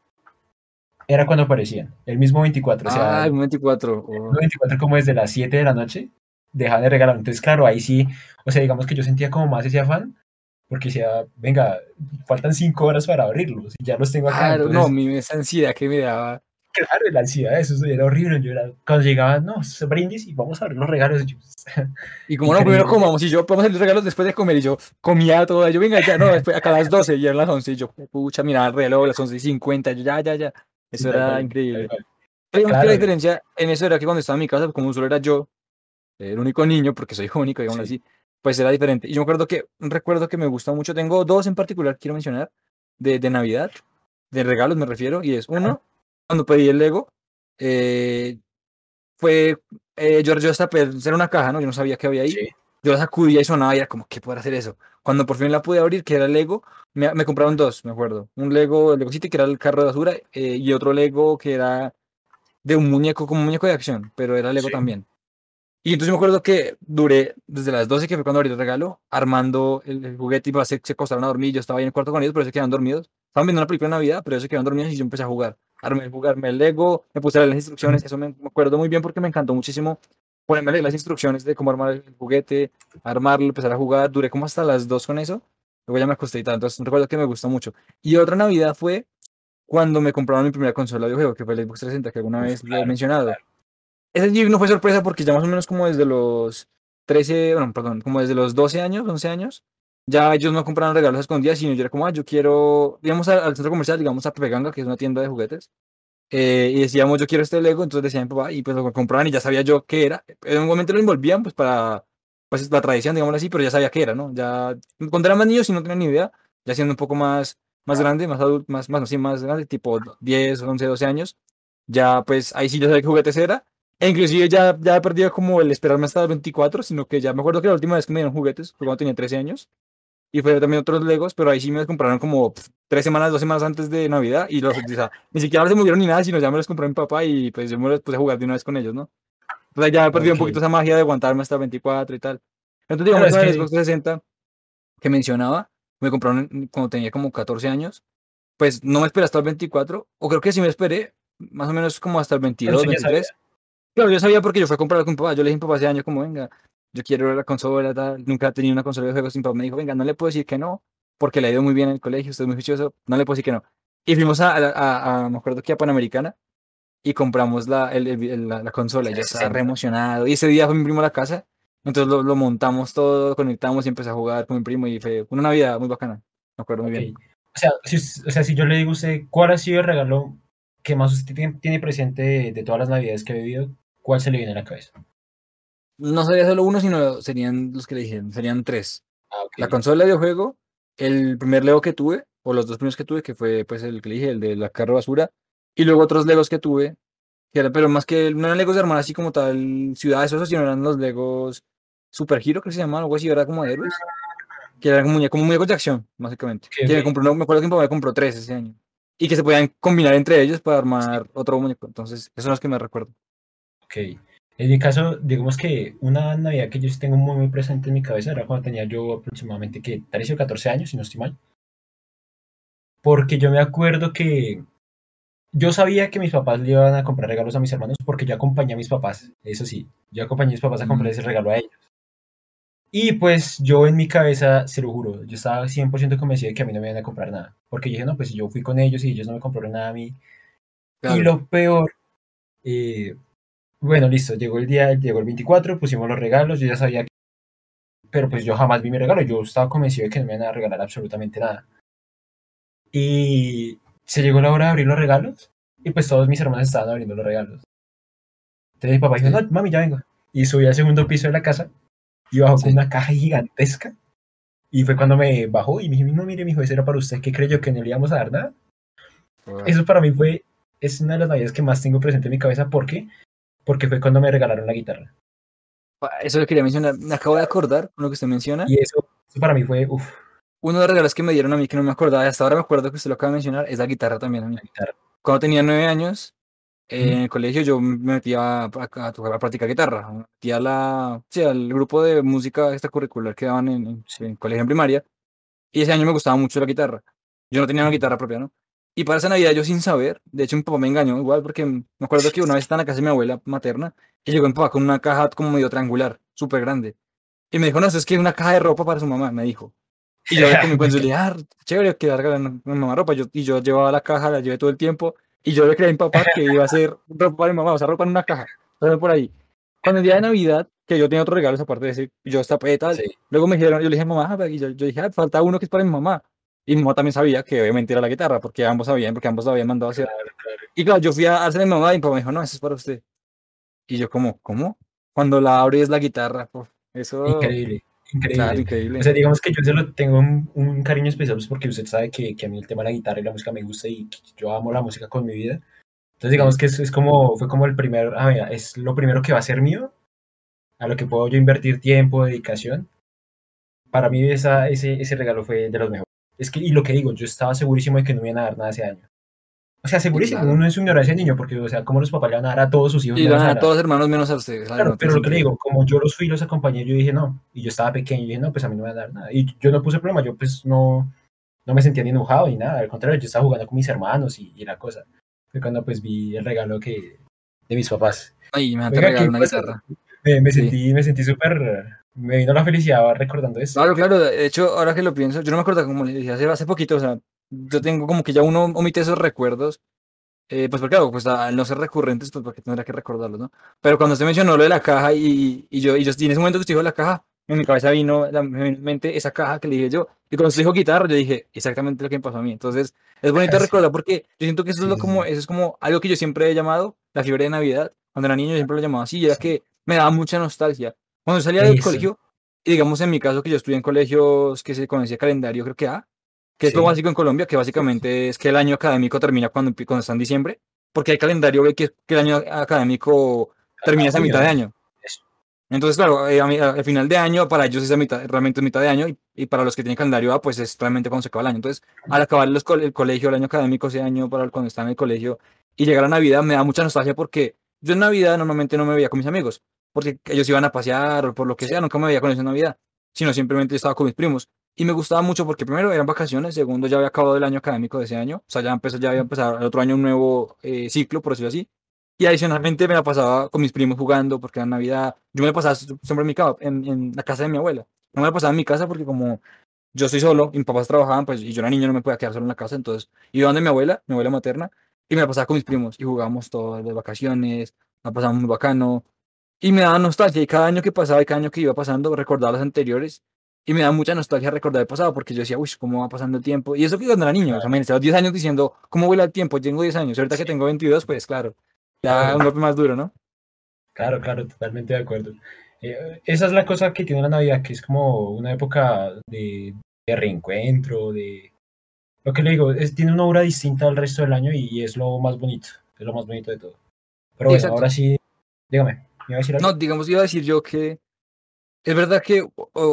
era cuando aparecían, el mismo 24, o sea, Ah, el 24. el 24 como desde las 7 de la noche, dejaban de regalar. Entonces, claro, ahí sí, o sea, digamos que yo sentía como más ese afán, porque decía, venga, faltan 5 horas para abrirlos y ya los tengo acá. Claro, no, Entonces, esa ansiedad que me daba. claro, la ansiedad, eso era horrible. Yo era, cuando llegaban, no, brindis y vamos a abrir los regalos. Y yo, Y como no, primero increíble. comamos y yo, podemos hacer los regalos después de comer y yo comía todo. Yo, venga, ya, no, después, acá a las 12 y eran las 11 y yo, pucha, mira el reloj, las 11:50, yo, ya. Sí, Eso tal era cual, tal increíble. cual. Pero digamos que la Claro, diferencia en eso era que cuando estaba en mi casa, como solo era yo, el único niño, porque soy único, digamos sí. así, pues era diferente. Y yo me acuerdo que, un recuerdo que me gusta mucho, tengo dos en particular, quiero mencionar, de Navidad, de regalos me refiero, y es uno, cuando pedí el Lego, eh, fue, yo hasta hacer una caja, ¿no? Yo no sabía qué había ahí. Sí, Yo la sacudía y sonaba y era como, ¿qué puedo hacer eso? Cuando por fin la pude abrir, que era el Lego, me compraron dos, me acuerdo. Un Lego, el Lego City, que era el carro de basura, y otro Lego que era de un muñeco, como un muñeco de acción, pero era Lego sí, también. Y entonces me acuerdo que duré desde las 12 que fue cuando abrí el regalo, armando el juguete y se acostaron a dormir. Yo estaba ahí en el cuarto con ellos, pero ellos se quedaron dormidos. Estaban viendo una película de Navidad, pero ellos se quedaron dormidos y yo empecé a jugar. Jugarme el Lego, me puse a leer las instrucciones. Eso me acuerdo muy bien porque me encantó muchísimo ponerme a leer las instrucciones de cómo armar el juguete, armarlo, empezar a jugar. Duré como hasta las 2 con eso. Luego ya me acosté y tal. Entonces, recuerdo que me gustó mucho. Y otra Navidad fue cuando me compraron mi primera consola de videojuego, que fue el Xbox 360, que alguna vez lo he claro, mencionado. claro. Ese sí no fue sorpresa porque ya más o menos como desde los 13, bueno, perdón, como desde los 12 años, 11 años, ya ellos no compraron regalos a escondidas, sino yo era como, yo quiero, digamos, al centro comercial, digamos, a Pepe Ganga, que es una tienda de juguetes, y decíamos, yo quiero este Lego, entonces decía mi papá, y pues lo compraban y ya sabía yo qué era. En un momento lo envolvían, pues para, pues la tradición, digámoslo así, pero ya sabía qué era, ¿no? Ya, cuando era más niño, si no tenía ni idea, ya siendo un poco más grande, más adulto, más, no, sí, más grande, tipo 10 11 12 años, ya pues ahí sí ya sabía qué juguetes era. E inclusive ya he perdido como el esperarme hasta los 24, sino que ya me acuerdo que la última vez que me dieron juguetes fue cuando tenía 13 años. Y fue también otros Legos, pero ahí sí me los compraron como 3 semanas, 2 semanas antes de Navidad. Y o sea, ni siquiera se murieron ni nada, sino ya me los compró mi papá y pues yo me los puse a jugar de una vez con ellos, ¿no? Entonces ya he perdido un Ok. poquito esa magia de aguantarme hasta el 24 y tal. Entonces Claro, digamos es con el que, Xbox 360 que mencionaba, me compraron cuando tenía como 14 años. Pues no me esperé hasta el 24, o creo que sí me esperé, más o menos como hasta el pero 22, usted ya sabía. 23. Claro, yo sabía porque yo fui a comprar con mi papá. Yo le dije a mi papá hace años como, venga, yo quiero la consola, tal. Nunca he tenido una consola de juegos. Mi papá me dijo, venga, no le puedo decir que no, porque le ha ido muy bien en el colegio, usted es muy juicioso, no le puedo decir que no. Y fuimos me acuerdo que a Panamericana, y compramos la consola, y yo estaba re 60. emocionado. Y ese día fue mi primo a la casa, entonces lo montamos todo, conectamos y empecé a jugar con mi primo, y fue una Navidad muy bacana, me acuerdo muy Ok. bien. O sea, si yo le digo a usted, ¿cuál ha sido el regalo que más usted tiene presente de todas las navidades que ha vivido? ¿Cuál se le viene a la cabeza? No sería solo uno, sino serían los que le dije, serían tres. Ah, La ok. consola de videojuego, el primer Lego que tuve, o los dos primeros que tuve, que fue pues el que le dije, el de la carro basura, y luego otros Legos que tuve, pero más que no eran Legos de armar así como tal ciudades o eso, sino eran los Legos Super Hero, que se llamaban, algo así, era como de héroes, que eran como muñecos de acción, básicamente. Ok, Que ok. me compró, me acuerdo que mi papá me compró tres ese año. Y que se podían combinar entre ellos para Sí, armar otro muñeco. Entonces, esos son los que me recuerdo. ok. En mi caso, digamos que una navidad que yo sí tengo muy, muy presente en mi cabeza era cuando tenía yo aproximadamente que 13 o 14 años, si no estoy mal. Porque yo me acuerdo que yo sabía que mis papás le iban a comprar regalos a mis hermanos porque yo acompañé a mis papás. Eso sí, yo acompañé a mis papás a comprar Mm, ese regalo a ellos. Y pues yo en mi cabeza, se lo juro, yo estaba 100% convencido de que a mí no me iban a comprar nada. Porque dije, no, pues si yo fui con ellos y ellos no me compraron nada a mí. Y claro. lo peor, eh, bueno, listo, llegó el día, llegó el 24, pusimos los regalos, yo ya sabía, pero pues yo jamás vi mi regalo, yo estaba convencido de que no me iban a regalar absolutamente nada. Y se llegó la hora de abrir los regalos y pues todos mis hermanos estaban abriendo los regalos. Entonces mi papá dijo, no, Sí, mami, ya vengo. Y subí al segundo piso de la casa y bajó con sí. una caja gigantesca. Y fue cuando me bajó y me dijo, no, mire, mijo, eso era para usted, ¿qué creyó que no le íbamos a dar nada? Joder. Eso para mí es una de las navidades que más tengo presente en mi cabeza. ¿Por qué? Porque fue cuando me regalaron la guitarra. Eso lo quería mencionar. Me acabo de acordar con lo que usted menciona. Y eso para mí fue, uff, Uno de los regalos que me dieron a mí que no me acordaba, y hasta ahora me acuerdo que usted lo acaba de mencionar, es la guitarra también a la mí. guitarra. Cuando tenía 9 años, ¿Mm? En el colegio yo me metía a practicar guitarra, me metía sí, al grupo de música extracurricular que daban Sí. en colegio en primaria, y ese año me gustaba mucho la guitarra. Yo no tenía una guitarra propia, ¿no? Y para esa Navidad yo sin saber, de hecho mi papá me engañó igual porque me acuerdo que una vez estaba en la casa de mi abuela materna y llegó mi papá con una caja como medio triangular, súper grande. Y me dijo, no, eso es que es una caja de ropa para su mamá, me dijo. Y yo con mi cuento le dije, ah, chévere, que darle a mi mamá ropa. Y yo llevaba la caja, la llevé todo el tiempo. Y yo le creí a mi papá que iba a ser ropa para mi mamá, o sea, ropa en una caja. Todo por ahí. Cuando el día de Navidad, que yo tenía otros regalos aparte de ese, yo estaba tal. Sí, Luego me dijeron, yo le dije, mamá, y yo dije, ah, falta uno que es para mi mamá. Y mi mamá también sabía que obviamente era la guitarra, porque ambos sabían, porque ambos lo habían mandado a hacer. claro, claro. Y claro, yo fui a hacer a mi mamá y mi papá me dijo, no, eso es para usted. Y yo como, ¿cómo? Cuando la abro y es la guitarra, pues, eso, Increíble, claro, increíble. O increíble. sea, digamos que yo se lo tengo un cariño especial pues, porque usted sabe que a mí el tema de la guitarra y la música me gusta y que yo amo la música con mi vida. Entonces digamos Sí. que es como, fue como el primer, mira, es lo primero que va a ser mío, a lo que puedo yo invertir tiempo, dedicación. Para mí ese regalo fue de los mejores. Es que, y lo que digo, yo estaba segurísimo de que no me iban a dar nada ese año. O sea, Y segurísimo, claro. uno en su ignorancia de niño, porque, o sea, ¿cómo los papás le van a dar a todos sus hijos Y lo menos dan a a la... todos los hermanos menos a ustedes, claro, Claro, no tiene pero lo que le sentido. digo, como yo los fui y los acompañé, yo dije no, y yo estaba pequeño, yo dije no, pues a mí no me van a dar nada. Y yo no puse problema, yo pues no me sentía ni enojado ni nada, al contrario, yo estaba jugando con mis hermanos y la cosa. Fue cuando pues vi el regalo de mis papás. Ay, me te Oiga, regalo qué una cosas, guitarra. me Sí. sentí súper, me vino la felicidad recordando esto. Claro, claro. De hecho, ahora que lo pienso, yo no me acuerdo como le dije hace poquito, o sea, yo tengo como que ya uno omite esos recuerdos. Pues porque claro, pues al no ser recurrentes, pues porque tendrá que recordarlos, ¿no? Pero cuando usted mencionó lo de la caja y en ese momento que usted dijo la caja, en mi cabeza me vino en mente esa caja que le dije yo. Y cuando usted dijo guitarra, yo dije exactamente lo que me pasó a mí. Entonces, es bonito Sí, recordar porque yo siento que sí, sí, eso es como algo que yo siempre he llamado la fiebre de Navidad. Cuando era niño yo siempre lo llamaba así y era sí. que me daba mucha nostalgia. Cuando salía del Eso, colegio, y digamos en mi caso que yo estudié en colegios que se conocía calendario, creo que A, que es lo sí, básico en Colombia, que sí, básicamente es que el año académico termina cuando está en diciembre, porque hay calendario que el año académico termina a esa mitad de junio. año. Eso, Entonces, claro, al final de año, para ellos es realmente es mitad de año, y para los que tienen calendario A, pues es realmente cuando se acaba el año. Entonces, al acabar el colegio, el año académico, ese año para cuando están en el colegio, y llegar a Navidad, me da mucha nostalgia porque yo en Navidad normalmente no me veía con mis amigos, porque ellos iban a pasear o por lo que sí, sea, nunca me veía con ellos en Navidad, sino simplemente estaba con mis primos. Y me gustaba mucho porque primero eran vacaciones, segundo ya había acabado el año académico de ese año, o sea, ya había empezado el otro año un nuevo ciclo, por decirlo así. Y adicionalmente me la pasaba con mis primos jugando porque era Navidad. Yo me la pasaba siempre en en la casa de mi abuela. No me la pasaba en mi casa porque como yo estoy solo y mis papás trabajaban, pues, y yo era niño, no me podía quedar solo en la casa. Entonces iba donde mi abuela materna, y me la pasaba con mis primos y jugábamos todas las vacaciones, la pasamos muy bacano. Y me daba nostalgia y cada año que pasaba y cada año que iba pasando recordaba los anteriores. Y me da mucha nostalgia recordar el pasado porque yo decía, uy, ¿cómo va pasando el tiempo? Y eso que cuando era niño, o sea, claro, me estaba 10 años diciendo, ¿cómo vuela el tiempo? Tengo 10 años, y ahorita que sí, tengo 22 pues claro, ya claro, un golpe más duro, ¿no? claro, claro, totalmente de acuerdo. Esa es la cosa que tiene la Navidad, que es como una época de reencuentro, de... Lo que le digo, tiene una aura distinta al resto del año y es lo más bonito, es lo más bonito de todo. Pero Sí, bueno, exacto. ahora sí, dígame, ¿me iba a decir No, algo? digamos, iba a decir yo que es verdad que,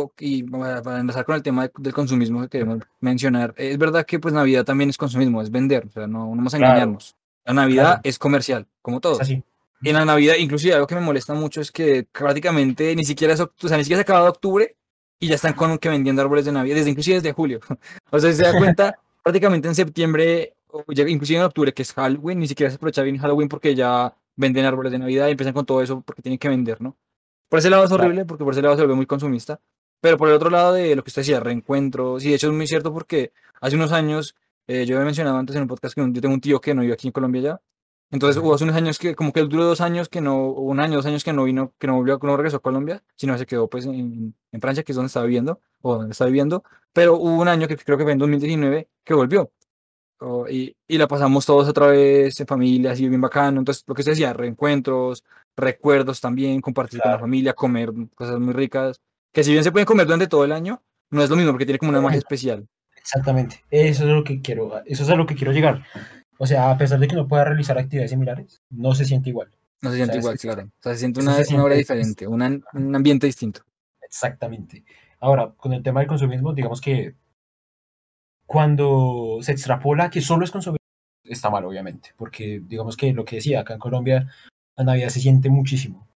y para empezar con el tema del consumismo que queremos mencionar, es verdad que pues Navidad también es consumismo, es vender, o sea, no vamos a Claro, engañarnos. La Navidad claro, es comercial, como es todo. así. En la Navidad, inclusive algo que me molesta mucho es que prácticamente ni siquiera o sea, ni siquiera se ha acabado octubre y ya están con que vendiendo árboles de Navidad, inclusive desde julio. O sea, si se da cuenta, prácticamente en septiembre, inclusive en octubre, que es Halloween, ni siquiera se aprovecha bien Halloween porque ya venden árboles de Navidad y empiezan con todo eso porque tienen que vender, ¿no? Por ese lado es Claro, horrible, porque por ese lado se vuelve muy consumista. Pero por el otro lado de lo que usted decía, reencuentros, y de hecho es muy cierto porque hace unos años, yo había mencionado antes en un podcast que yo tengo un tío que no vive aquí en Colombia ya. Entonces hubo ajá, hace unos años que, como que él duró 2 años que no, o un año, 2 años que no vino, que no volvió, que no regresó a Colombia, sino se quedó pues en Francia, que es donde estaba viviendo, o donde está viviendo. Pero hubo un año que creo que fue en 2019 que volvió. Y la pasamos todos otra vez en familia, así bien bacano. Entonces, lo que se decía, reencuentros, recuerdos también, compartir con la claro, familia, comer cosas muy ricas, que si bien se pueden comer durante todo el año, no es lo mismo porque tiene como una magia especial. exactamente. Eso es lo que quiero, eso es a lo que quiero llegar. O sea, a pesar de que no pueda realizar actividades similares, no se siente igual. No se O sea, siente igual, claro. O sea, se siente eso se una obra siente diferente, un ambiente distinto. exactamente. Ahora, con el tema del consumismo, digamos que cuando se extrapola que solo es consumir, está mal, obviamente, porque digamos que lo que decía, acá en Colombia la Navidad se siente muchísimo.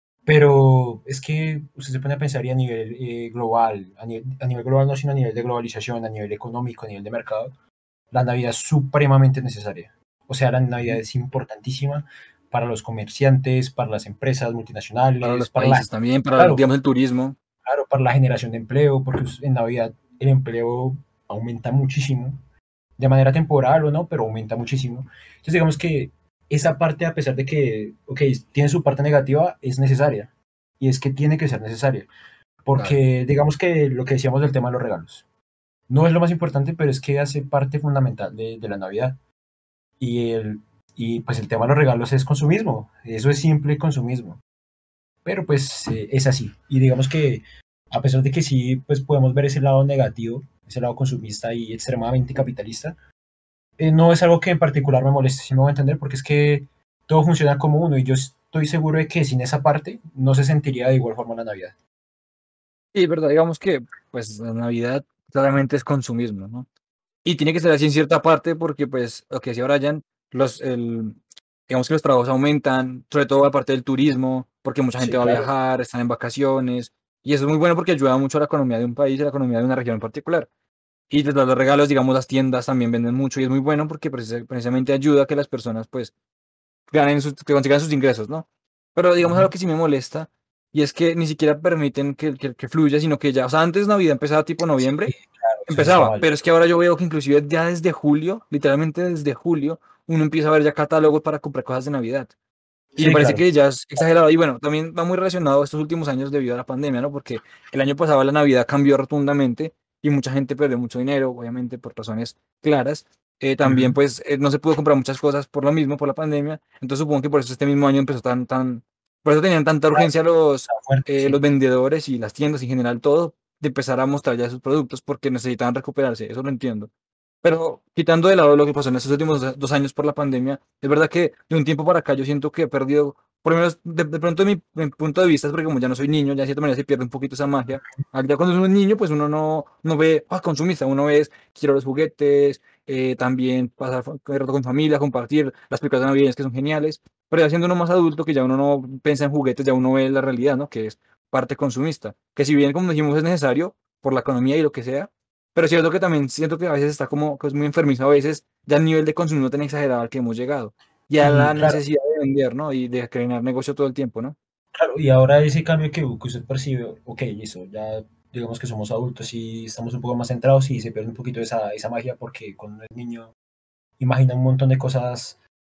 Pero es que usted se pone a pensar y a nivel global, a nivel global no, sino a nivel de globalización, a nivel económico, a nivel de mercado, la Navidad es supremamente necesaria. O sea, la Navidad Ujú. es importantísima para los comerciantes, para las empresas Para los multinacionales, para la, países también, para, claro, digamos, el turismo. claro, para la generación de empleo, porque en Navidad el empleo aumenta muchísimo, de manera temporal o no, pero aumenta muchísimo. Entonces digamos que esa parte, a pesar de que, ok, tiene su parte negativa, es necesaria. Y es que tiene que ser necesaria. Claro. Porque digamos que lo que decíamos del tema de los regalos, no es lo más importante, pero es que hace parte fundamental de la Navidad. Y, y pues el tema de los regalos es consumismo, eso es simple consumismo. Pero pues es así. Y digamos que a pesar de que sí, pues podemos ver ese lado negativo, ese lado consumista y extremadamente capitalista, no es algo que en particular me moleste, si me voy a entender, porque es que todo funciona como uno y yo estoy seguro de que sin esa parte no se sentiría de igual forma la Navidad. Y es verdad, digamos que pues la Navidad claramente es consumismo, ¿no? Y tiene que ser así en cierta parte porque, pues, lo que decía Brian, digamos que los trabajos aumentan, sobre todo aparte del turismo, porque mucha Sí, gente va a claro. viajar, están en vacaciones, y eso es muy bueno porque ayuda mucho a la economía de un país y a la economía de una región en particular. Y desde los regalos, digamos, las tiendas también venden mucho y es muy bueno porque precisamente ayuda a que las personas, pues, que consigan sus ingresos, ¿no? Pero digamos Ujú. algo que sí me molesta, y es que ni siquiera permiten que fluya, sino que ya, o sea, antes Navidad empezaba tipo Sí, noviembre, claro, eso está empezaba, mal. pero es que ahora yo veo que inclusive ya desde julio, literalmente desde julio, uno empieza a ver ya catálogos para comprar cosas de Navidad. Y me Sí, parece claro. que ya es exagerado. Y bueno, también va muy relacionado estos últimos años debido a la pandemia, ¿no? Porque el año pasado la Navidad cambió rotundamente y mucha gente perdió mucho dinero, obviamente por razones claras. También, Ujú. pues, no se pudo comprar muchas cosas por lo mismo, por la pandemia. Entonces supongo que por eso este mismo año empezó por eso tenían tanta urgencia Está fuerte, los sí. vendedores y las tiendas en general, todo, de empezar a mostrar ya sus productos porque necesitaban recuperarse. Eso lo entiendo. Pero quitando de lado lo que pasó en estos últimos 2 años por la pandemia, es verdad que de un tiempo para acá yo siento que he perdido, por lo menos de pronto mi punto de vista es porque como ya no soy niño, ya de cierta manera se pierde un poquito esa magia. Ya cuando uno es niño, pues uno no ve, consumista, uno ve, quiero los juguetes, también pasar rato con familia, compartir las películas navideñas que son geniales, pero ya siendo uno más adulto, que ya uno no piensa en juguetes, ya uno ve la realidad, ¿no? Que es parte consumista, que si bien como dijimos es necesario por la economía y lo que sea, pero cierto que también siento que a veces está como que es muy enfermizo, a veces ya el nivel de consumo tan exagerado al que hemos llegado. Ya Y la claro, necesidad de vender, ¿no? Y de crear negocio todo el tiempo, ¿no? claro, y ahora ese cambio que usted percibe, ok, listo, ya digamos que somos adultos y estamos un poco más centrados y se pierde un poquito esa magia porque cuando uno es niño imagina un montón de cosas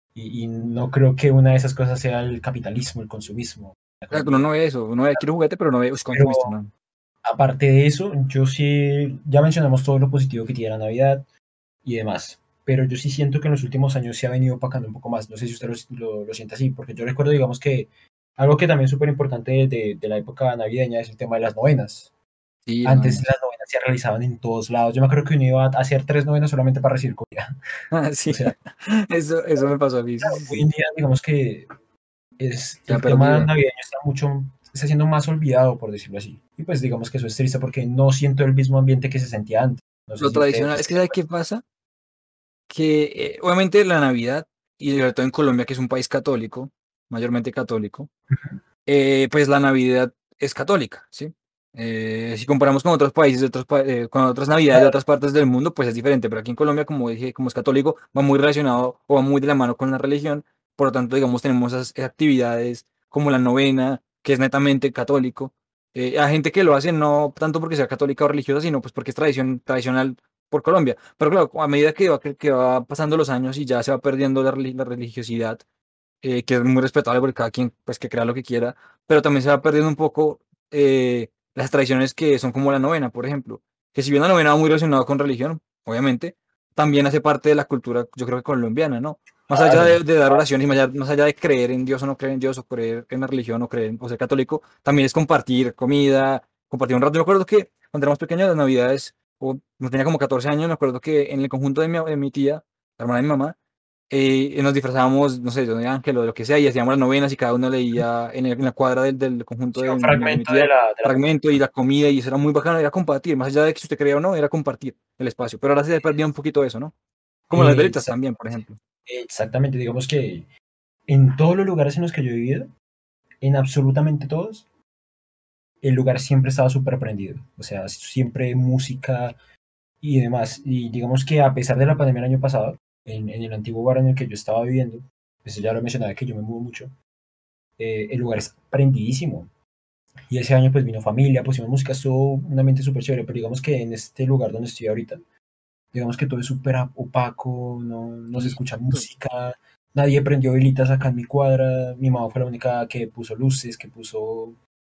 y no creo que una de esas cosas sea el capitalismo, el consumismo, la Exacto, uno economía. no ve eso, uno ve, quiere juguete, pero no ve, Pero consumista, ¿no? aparte de eso, yo sí, ya mencionamos todo lo positivo que tiene la Navidad y demás, pero yo sí siento que en los últimos años se ha venido opacando un poco más. No sé si usted lo siente así, porque yo recuerdo, digamos que algo que también es súper importante de la época navideña es el tema de las novenas. Sí, las Antes novenas. las novenas se realizaban en todos lados. Yo me acuerdo que uno iba a hacer 3 novenas solamente para recibir comida. Ah, O sí, sea, eso me pasó a mí, sí, sí, hoy en sí. día, digamos que Se ha el tema perdido. navideño está siendo más olvidado, por decirlo así. Y pues digamos que eso es triste porque no siento el mismo ambiente que se sentía antes. No sé Lo si usted tradicional, pues, es que ¿sabe qué pasa? Que obviamente la Navidad, y sobre todo en Colombia, que es un país católico, mayormente católico, pues la Navidad es católica, ¿sí? Si comparamos con otros países, con otras Navidades de otras partes del mundo, pues es diferente, pero aquí en Colombia, como dije, como es católico, va muy relacionado o va muy de la mano con la religión, por lo tanto, digamos, tenemos esas actividades como la novena, que es netamente católico. A gente que lo hace no tanto porque sea católica o religiosa, sino pues porque es tradicional por Colombia. Pero claro, a medida que va pasando los años y ya se va perdiendo la religiosidad, que es muy respetable porque cada quien pues que crea lo que quiera, pero también se va perdiendo un poco las tradiciones que son como la novena, por ejemplo, que si bien la novena va muy relacionada con religión, obviamente, también hace parte de la cultura, yo creo que colombiana, ¿no? Más allá claro, de dar oraciones y más allá de creer en Dios o no creer en Dios o creer en la religión o creer o ser católico, también es compartir comida, compartir un rato. Yo me acuerdo que cuando éramos pequeños, las navidades, o no tenía como 14 años, me acuerdo que en el conjunto de mi tía, la hermana de mi mamá, nos disfrazábamos, no sé, de ángel o de lo que sea, y hacíamos las novenas y cada uno leía en la cuadra del conjunto sí, de, un de mi fragmento de tía, la fragmento y la comida, y eso era muy bacano, era compartir, más allá de que si usted creía o no, era compartir el espacio. Pero ahora se ha perdido un poquito eso, ¿no? Como las velitas Exactamente, también, por ejemplo. exactamente, digamos que en todos los lugares en los que yo he vivido, en absolutamente todos, el lugar siempre estaba súper prendido. O sea, siempre música y demás. Y digamos que a pesar de la pandemia el año pasado, en el antiguo bar en el que yo estaba viviendo, pues ya lo mencionaba que yo me mudo mucho, el lugar está prendidísimo. Y ese año pues vino familia, pusimos música, estuvo un ambiente súper chévere, pero digamos que en este lugar donde estoy ahorita, digamos que todo es súper opaco, no se Y escucha música, nadie prendió velitas acá en mi cuadra, mi mamá fue la única que puso luces, que puso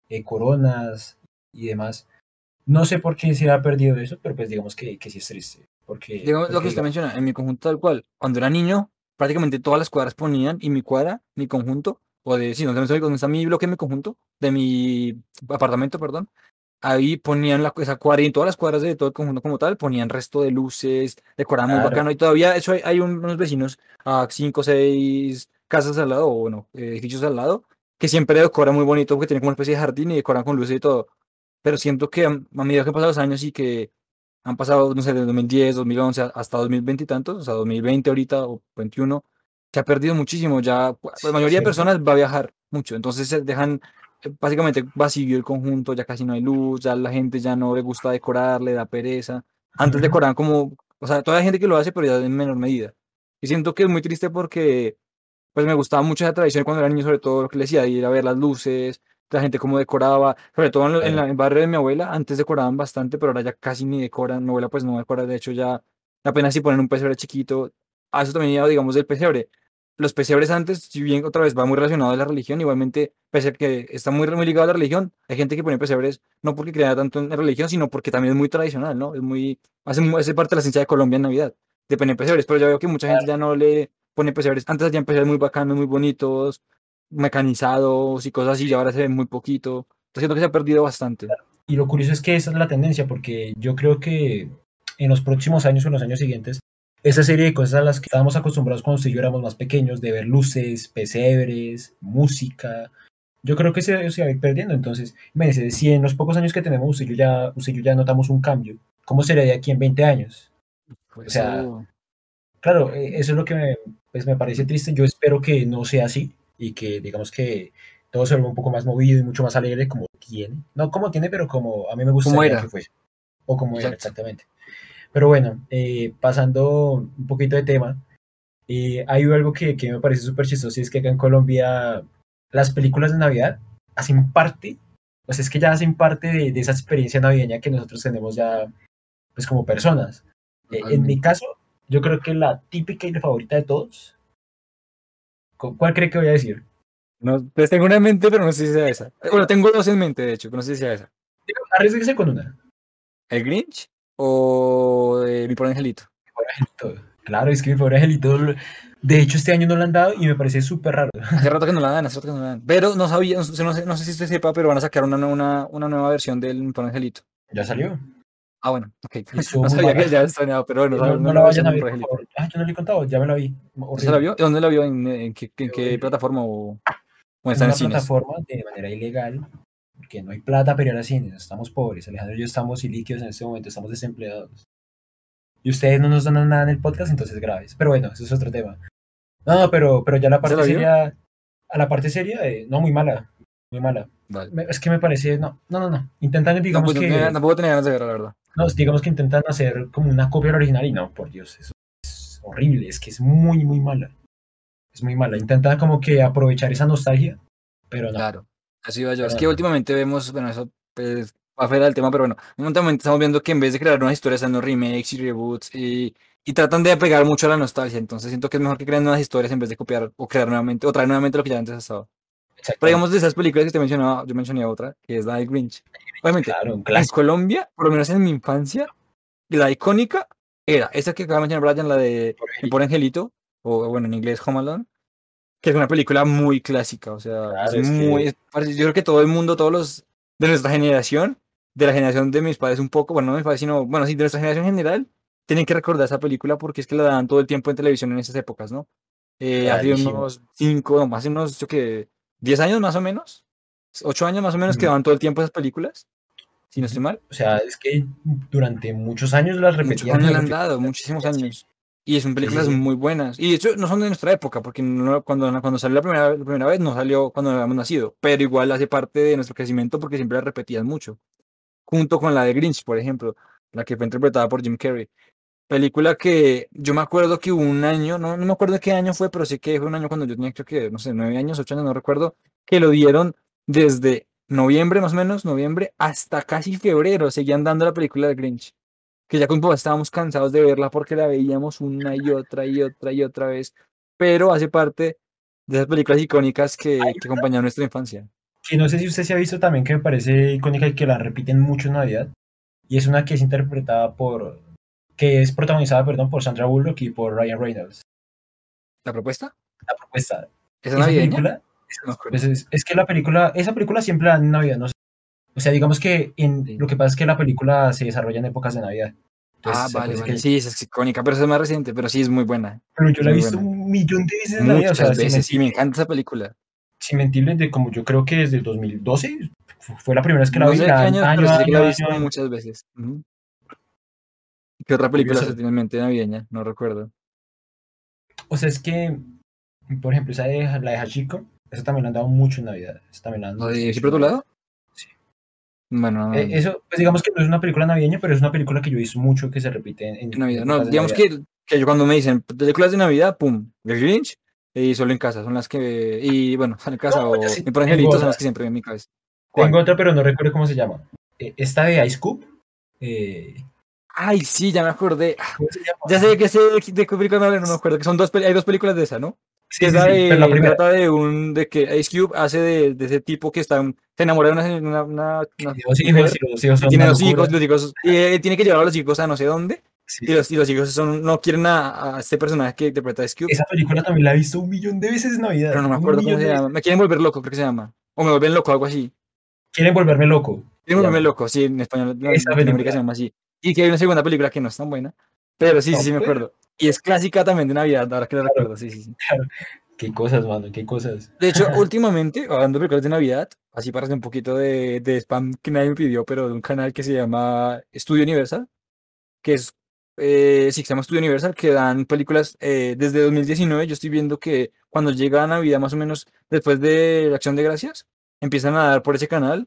coronas y demás. No sé por qué se ha perdido eso, pero pues digamos que sí es triste, digamos lo porque que usted digamos, menciona, en mi conjunto tal cual, cuando era niño, prácticamente todas las cuadras ponían, y mi cuadra, mi conjunto, o de, sí, donde está mi bloque, mi conjunto, de mi apartamento, perdón, ahí ponían esa cuadra y en todas las cuadras de todo el conjunto como tal, ponían resto de luces, decoraban muy claro, bacano y todavía eso hay unos vecinos a 5 o 6 casas al lado, o bueno, edificios al lado, que siempre decoran muy bonito porque tienen como una especie de jardín y decoran con luces y todo. Pero siento que a medida que pasan los años y que han pasado, no sé, de 2010, 2011 hasta 2020 y tantos, o sea, 2020 ahorita o 21, se ha perdido muchísimo. Ya la sí, es mayoría de cierto. personas va a viajar mucho, entonces se dejan básicamente vacío el conjunto, ya casi no hay luz, ya la gente ya no le gusta decorar, le da pereza. Antes Ujú, decoraban como, o sea, toda la gente que lo hace, pero ya en menor medida. Y siento que es muy triste porque pues me gustaba mucho esa tradición cuando era niño, sobre todo lo que le decía, de ir a ver las luces, la gente cómo decoraba, sobre todo claro, en el barrio de mi abuela, antes decoraban bastante, pero ahora ya casi ni decoran, mi abuela pues no decora, de hecho ya apenas si ponen un pesebre chiquito, a eso también iba, digamos, del pesebre. Los pesebres antes, si bien otra vez va muy relacionado a la religión, igualmente, pese a que está muy ligado a la religión, hay gente que pone pesebres no porque crea tanto en la religión, sino porque también es muy tradicional, ¿no? Es muy, hace parte de la esencia de Colombia en Navidad, de poner pesebres, pero ya veo que mucha gente ya no le pone pesebres. Antes hacían pesebres muy bacanos, muy bonitos, mecanizados y cosas así, y sí. ahora se ven muy poquito. Entonces siento que se ha perdido bastante. Y lo curioso es que esa es la tendencia, porque yo creo que en los próximos años o en los años siguientes, esa serie de cosas a las que estábamos acostumbrados cuando usted y yo éramos más pequeños, de ver luces, pesebres, música, yo creo que se va a ir perdiendo. Entonces, imagínense, si en los pocos años que tenemos usted y yo ya notamos un cambio, ¿cómo sería de aquí en 20 años? Por O sea, eso, claro, eso es lo que pues me parece triste. Yo espero que no sea así y que digamos que todo se vuelva un poco más movido y mucho más alegre como tiene. No como tiene, pero como a mí me ¿cómo gustaría que era? fuese. O como era, Exacto. exactamente. Pero bueno, pasando un poquito de tema, hay algo que me parece súper chistoso y es que acá en Colombia las películas de Navidad hacen parte, o sea, es que ya hacen parte de esa experiencia navideña que nosotros tenemos ya, pues como personas. En mi Totalmente. caso, yo creo que la típica y la favorita de todos, ¿cuál cree que voy a decir? No, pues tengo una en mente, pero no sé si sea esa. Bueno, tengo dos en mente, de hecho, pero no sé si sea esa. Arriesguese con una. ¿El Grinch o Mi Pobre Angelito? Todo. Claro, es que mi pobre angelito, de hecho este año no lo han dado y me parece súper raro. Hace rato que no la dan, hace rato que no la dan. Pero no sabía, no sé si usted sepa, pero van a sacar una nueva versión del Mi Pobre Angelito. Ya salió Ah, bueno, ok. y estuvo No muy sabía mala. que ya extrañado, pero bueno, No, una no la nueva vayan versión a de Mi ver, Pobre por Angelito. favor. Ah, yo no le he contado, ya me la vi. ¿Usted se la Horrible. vio? ¿Y dónde la vio? ¿En qué Yo, plataforma o en está en una cines? plataforma de manera ilegal, porque no hay plata para ir al cine, estamos pobres. Alejandro y yo estamos ilíquidos en este momento, estamos desempleados. Y ustedes no nos dan nada en el podcast, entonces graves. Pero bueno, eso es otro tema. No, pero ya la ¿Se parte la vio? seria, a la parte seria, no, muy mala, muy mala. Vale. Es que me parece, no. Intentan, No, digamos pues que, tampoco tenía ganas de verla, la verdad. no, digamos que intentan hacer como una copia del original y no, por Dios, eso es horrible, es que es muy, muy mala. Es muy mala. Mm, Intentan como que aprovechar esa nostalgia, pero no, claro, así va yo. Es pero que no. últimamente vemos, bueno, eso pues, va fuera del tema, pero bueno, últimamente estamos viendo que en vez de crear nuevas historias, hacen los remakes y reboots y tratan de apegar mucho a la nostalgia. Entonces siento que es mejor que creen nuevas historias en vez de copiar o crear nuevamente o traer nuevamente lo que ya antes estaba. Pero digamos Exactamente. de esas películas que usted mencionaba, yo mencioné otra, que es la de Grinch. Obviamente, Claro, un en clásico. Colombia, por lo menos en mi infancia, la icónica era esa que acaba de mencionar Brian, la de Por Mi ejemplo. Pobre Angelito, o bueno, en inglés Home Alone, que es una película muy clásica, o sea, es Claro, es muy, que yo creo que todo el mundo, todos los de nuestra generación, de la generación de mis padres un poco, bueno, no mis padres, sino, bueno, sí, de nuestra generación en general, tienen que recordar esa película porque es que la dan todo el tiempo en televisión en esas épocas, ¿no? Hace clarísimo. unos 5, no, hace unos, yo que, 10 años más o menos, 8 años más o menos que Mm, daban todo el tiempo esas películas, si no estoy ujú. mal. O sea, es que durante muchos años las Muchos repetían años y le han repetían. dado, muchísimos Sí. años. Y son Sí, sí, películas sí. muy buenas. Y de hecho no son de nuestra época, porque cuando salió la primera vez no salió cuando habíamos nacido, pero igual hace parte de nuestro crecimiento porque siempre la repetían mucho. Junto con la de Grinch, por ejemplo, la que fue interpretada por Jim Carrey. Película que yo me acuerdo que hubo un año, no me acuerdo qué año fue, pero sí que fue un año cuando yo tenía, creo que, no sé, 9 años, 8 años, no recuerdo, que lo dieron desde noviembre, más o menos, noviembre, hasta casi febrero, seguían dando la película de Grinch. Que ya con mi papá estábamos cansados de verla porque la veíamos una y otra y otra y otra vez, pero hace parte de esas películas icónicas que acompañaron nuestra infancia. Que no sé si usted se ha visto también que me parece icónica y que la repiten mucho en Navidad. Y es una que es interpretada por, que es protagonizada, perdón, por Sandra Bullock y por Ryan Reynolds. ¿La propuesta? La propuesta. ¿Es Esa navideña? película, No me pues acuerdo. es que la película, esa película siempre la dan en Navidad, no sé. O sea, digamos que Sí. lo que pasa es que la película se desarrolla en épocas de Navidad. Ah, Entonces, vale, acuérdense vale. que, Sí, esa es icónica, pero esa es más reciente, pero sí es muy buena. pero yo Es la he muy visto buena. un millón de veces en Navidad, o Muchas sea, veces, sí, me encanta esa película. sin mentirles de como yo creo que desde el 2012 fue la primera vez que la No vi, sé qué la años, pero año, sí sé que la año, he año, visto año. muchas veces. Ujú. ¿Qué otra película se Curioso. tiene en mente navideña? No recuerdo. O sea, es que, por ejemplo, esa de la de Hachiko, esa también la han dado mucho en Navidad. Esa también la dan ¿La mucho, de mucho Siempre en a tu Navidad. lado? Sí. Bueno, no, Eso, pues digamos que no es una película navideña, pero es una película que yo he visto mucho que se repite en en Navidad. No, épocas de digamos Navidad. que yo cuando me dicen películas de Navidad, pum, El Grinch y Solo en Casa son las que. Y bueno, Solo en No, Casa yo o sí Mi Pobre tengo Angelito son otra. las que siempre ven en mi cabeza. Tengo ¿Cuál? otra, pero no recuerdo cómo se llama. Esta de Ice Cube. eh, Ay, sí, ya me acordé. ¿Cómo se llama? Ya sé que sé de qué película me hablan, no me acuerdo. Que son hay dos películas de esa, ¿no? Que Sí, es sí, la sí, pero la de. primera. Trata de que Ice Cube hace de ese tipo que se enamora de una Dos hijos mujer y los hijos que son tiene una dos hijos, locura. los hijos, y tiene que llevar a los hijos a no sé dónde. Sí. Y los hijos no quieren a este personaje que interpreta a Ice Cube, Esa película también la he visto un millón de veces en pero Navidad. no me Un acuerdo cómo millón se de llama. veces. Me quieren volver loco, creo que se llama. O me vuelven loco, algo así. Quieren volverme loco, se Quieren volverme llama. loco, sí, en español, en Esa Latinoamérica se película. llama así. Y que hay una segunda película que no es tan buena, pero sí, sí, No, sí, me pues, acuerdo. Y es clásica también de Navidad, ahora que lo claro, recuerdo, sí, sí, sí. claro. Qué cosas, mano, qué cosas. De hecho, últimamente, hablando de películas de Navidad, así para hacer un poquito de spam que nadie me pidió, pero de un canal que se llama Estudio Universal, que es, sí, que se llama Estudio Universal, que dan películas desde 2019. Yo estoy viendo que cuando llega Navidad, más o menos después de la Acción de Gracias, empiezan a dar por ese canal,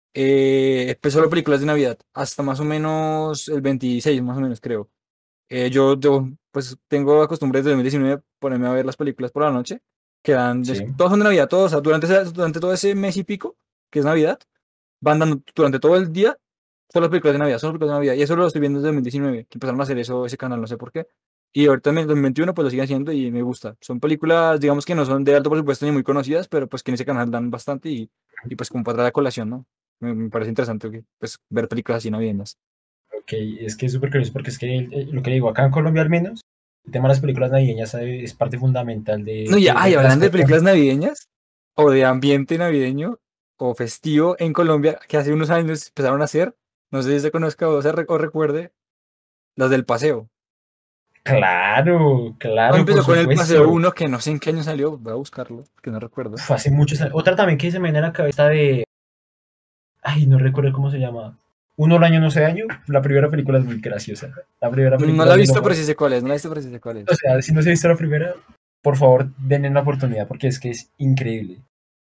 pues solo películas de Navidad, hasta más o menos el 26 más o menos, creo. Yo, pues tengo la costumbre desde 2019 ponerme a ver las películas por la noche, que dan, Sí. todas son de Navidad, todos, o sea, durante todo ese mes y pico, que es Navidad, van dando durante todo el día solo películas de Navidad, solo películas de Navidad, y eso lo estoy viendo desde 2019, que empezaron a hacer eso, ese canal, no sé por qué. Y ahorita en el 2021 pues lo siguen haciendo y me gusta. Son películas, digamos que no son de alto presupuesto ni muy conocidas, pero pues que en ese canal dan bastante y pues como para traer a colación, ¿no? Me parece interesante pues ver películas así navideñas. Ok, es que es súper curioso porque es que lo que digo, acá en Colombia al menos, el tema de las películas navideñas es parte fundamental No, ya, ay, de las hablando de personas. películas navideñas o de ambiente navideño o festivo en Colombia, que hace unos años empezaron a hacer, no sé si se conozca o recuerde, las del paseo. Claro, Todo claro, por empezó con el paseo supuesto. uno que no sé en qué año salió, voy a buscarlo, que no recuerdo. Fue hace muchos años. Otra también que se me viene a la cabeza de. Ay, no recuerdo cómo se llama. Uno al año, no sé año. La primera película es muy graciosa. La primera No película la he es de lo visto, pero más. sí sé cuál es, no la he visto, pero sí sé cuál O es. sea, si no se ha visto la primera, por favor, denle una oportunidad porque es que es increíble.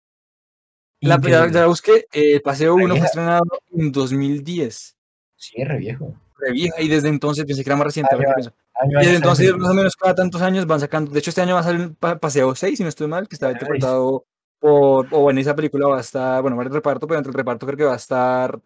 Ya la Increíble. busqué, Paseo La uno fue vieja, estrenado en 2010, sí, es re viejo. re vieja, y desde entonces pensé que era más reciente, ahora Año que a pienso. año, a Y año desde salen entonces, más o películas. menos cada tantos años van sacando. De hecho, este año va a salir Paseo 6 si no estoy mal, que estaba Paseo seis. interpretado o en esa película va a estar, bueno, varios reparto, pero entre el reparto creo que va a estar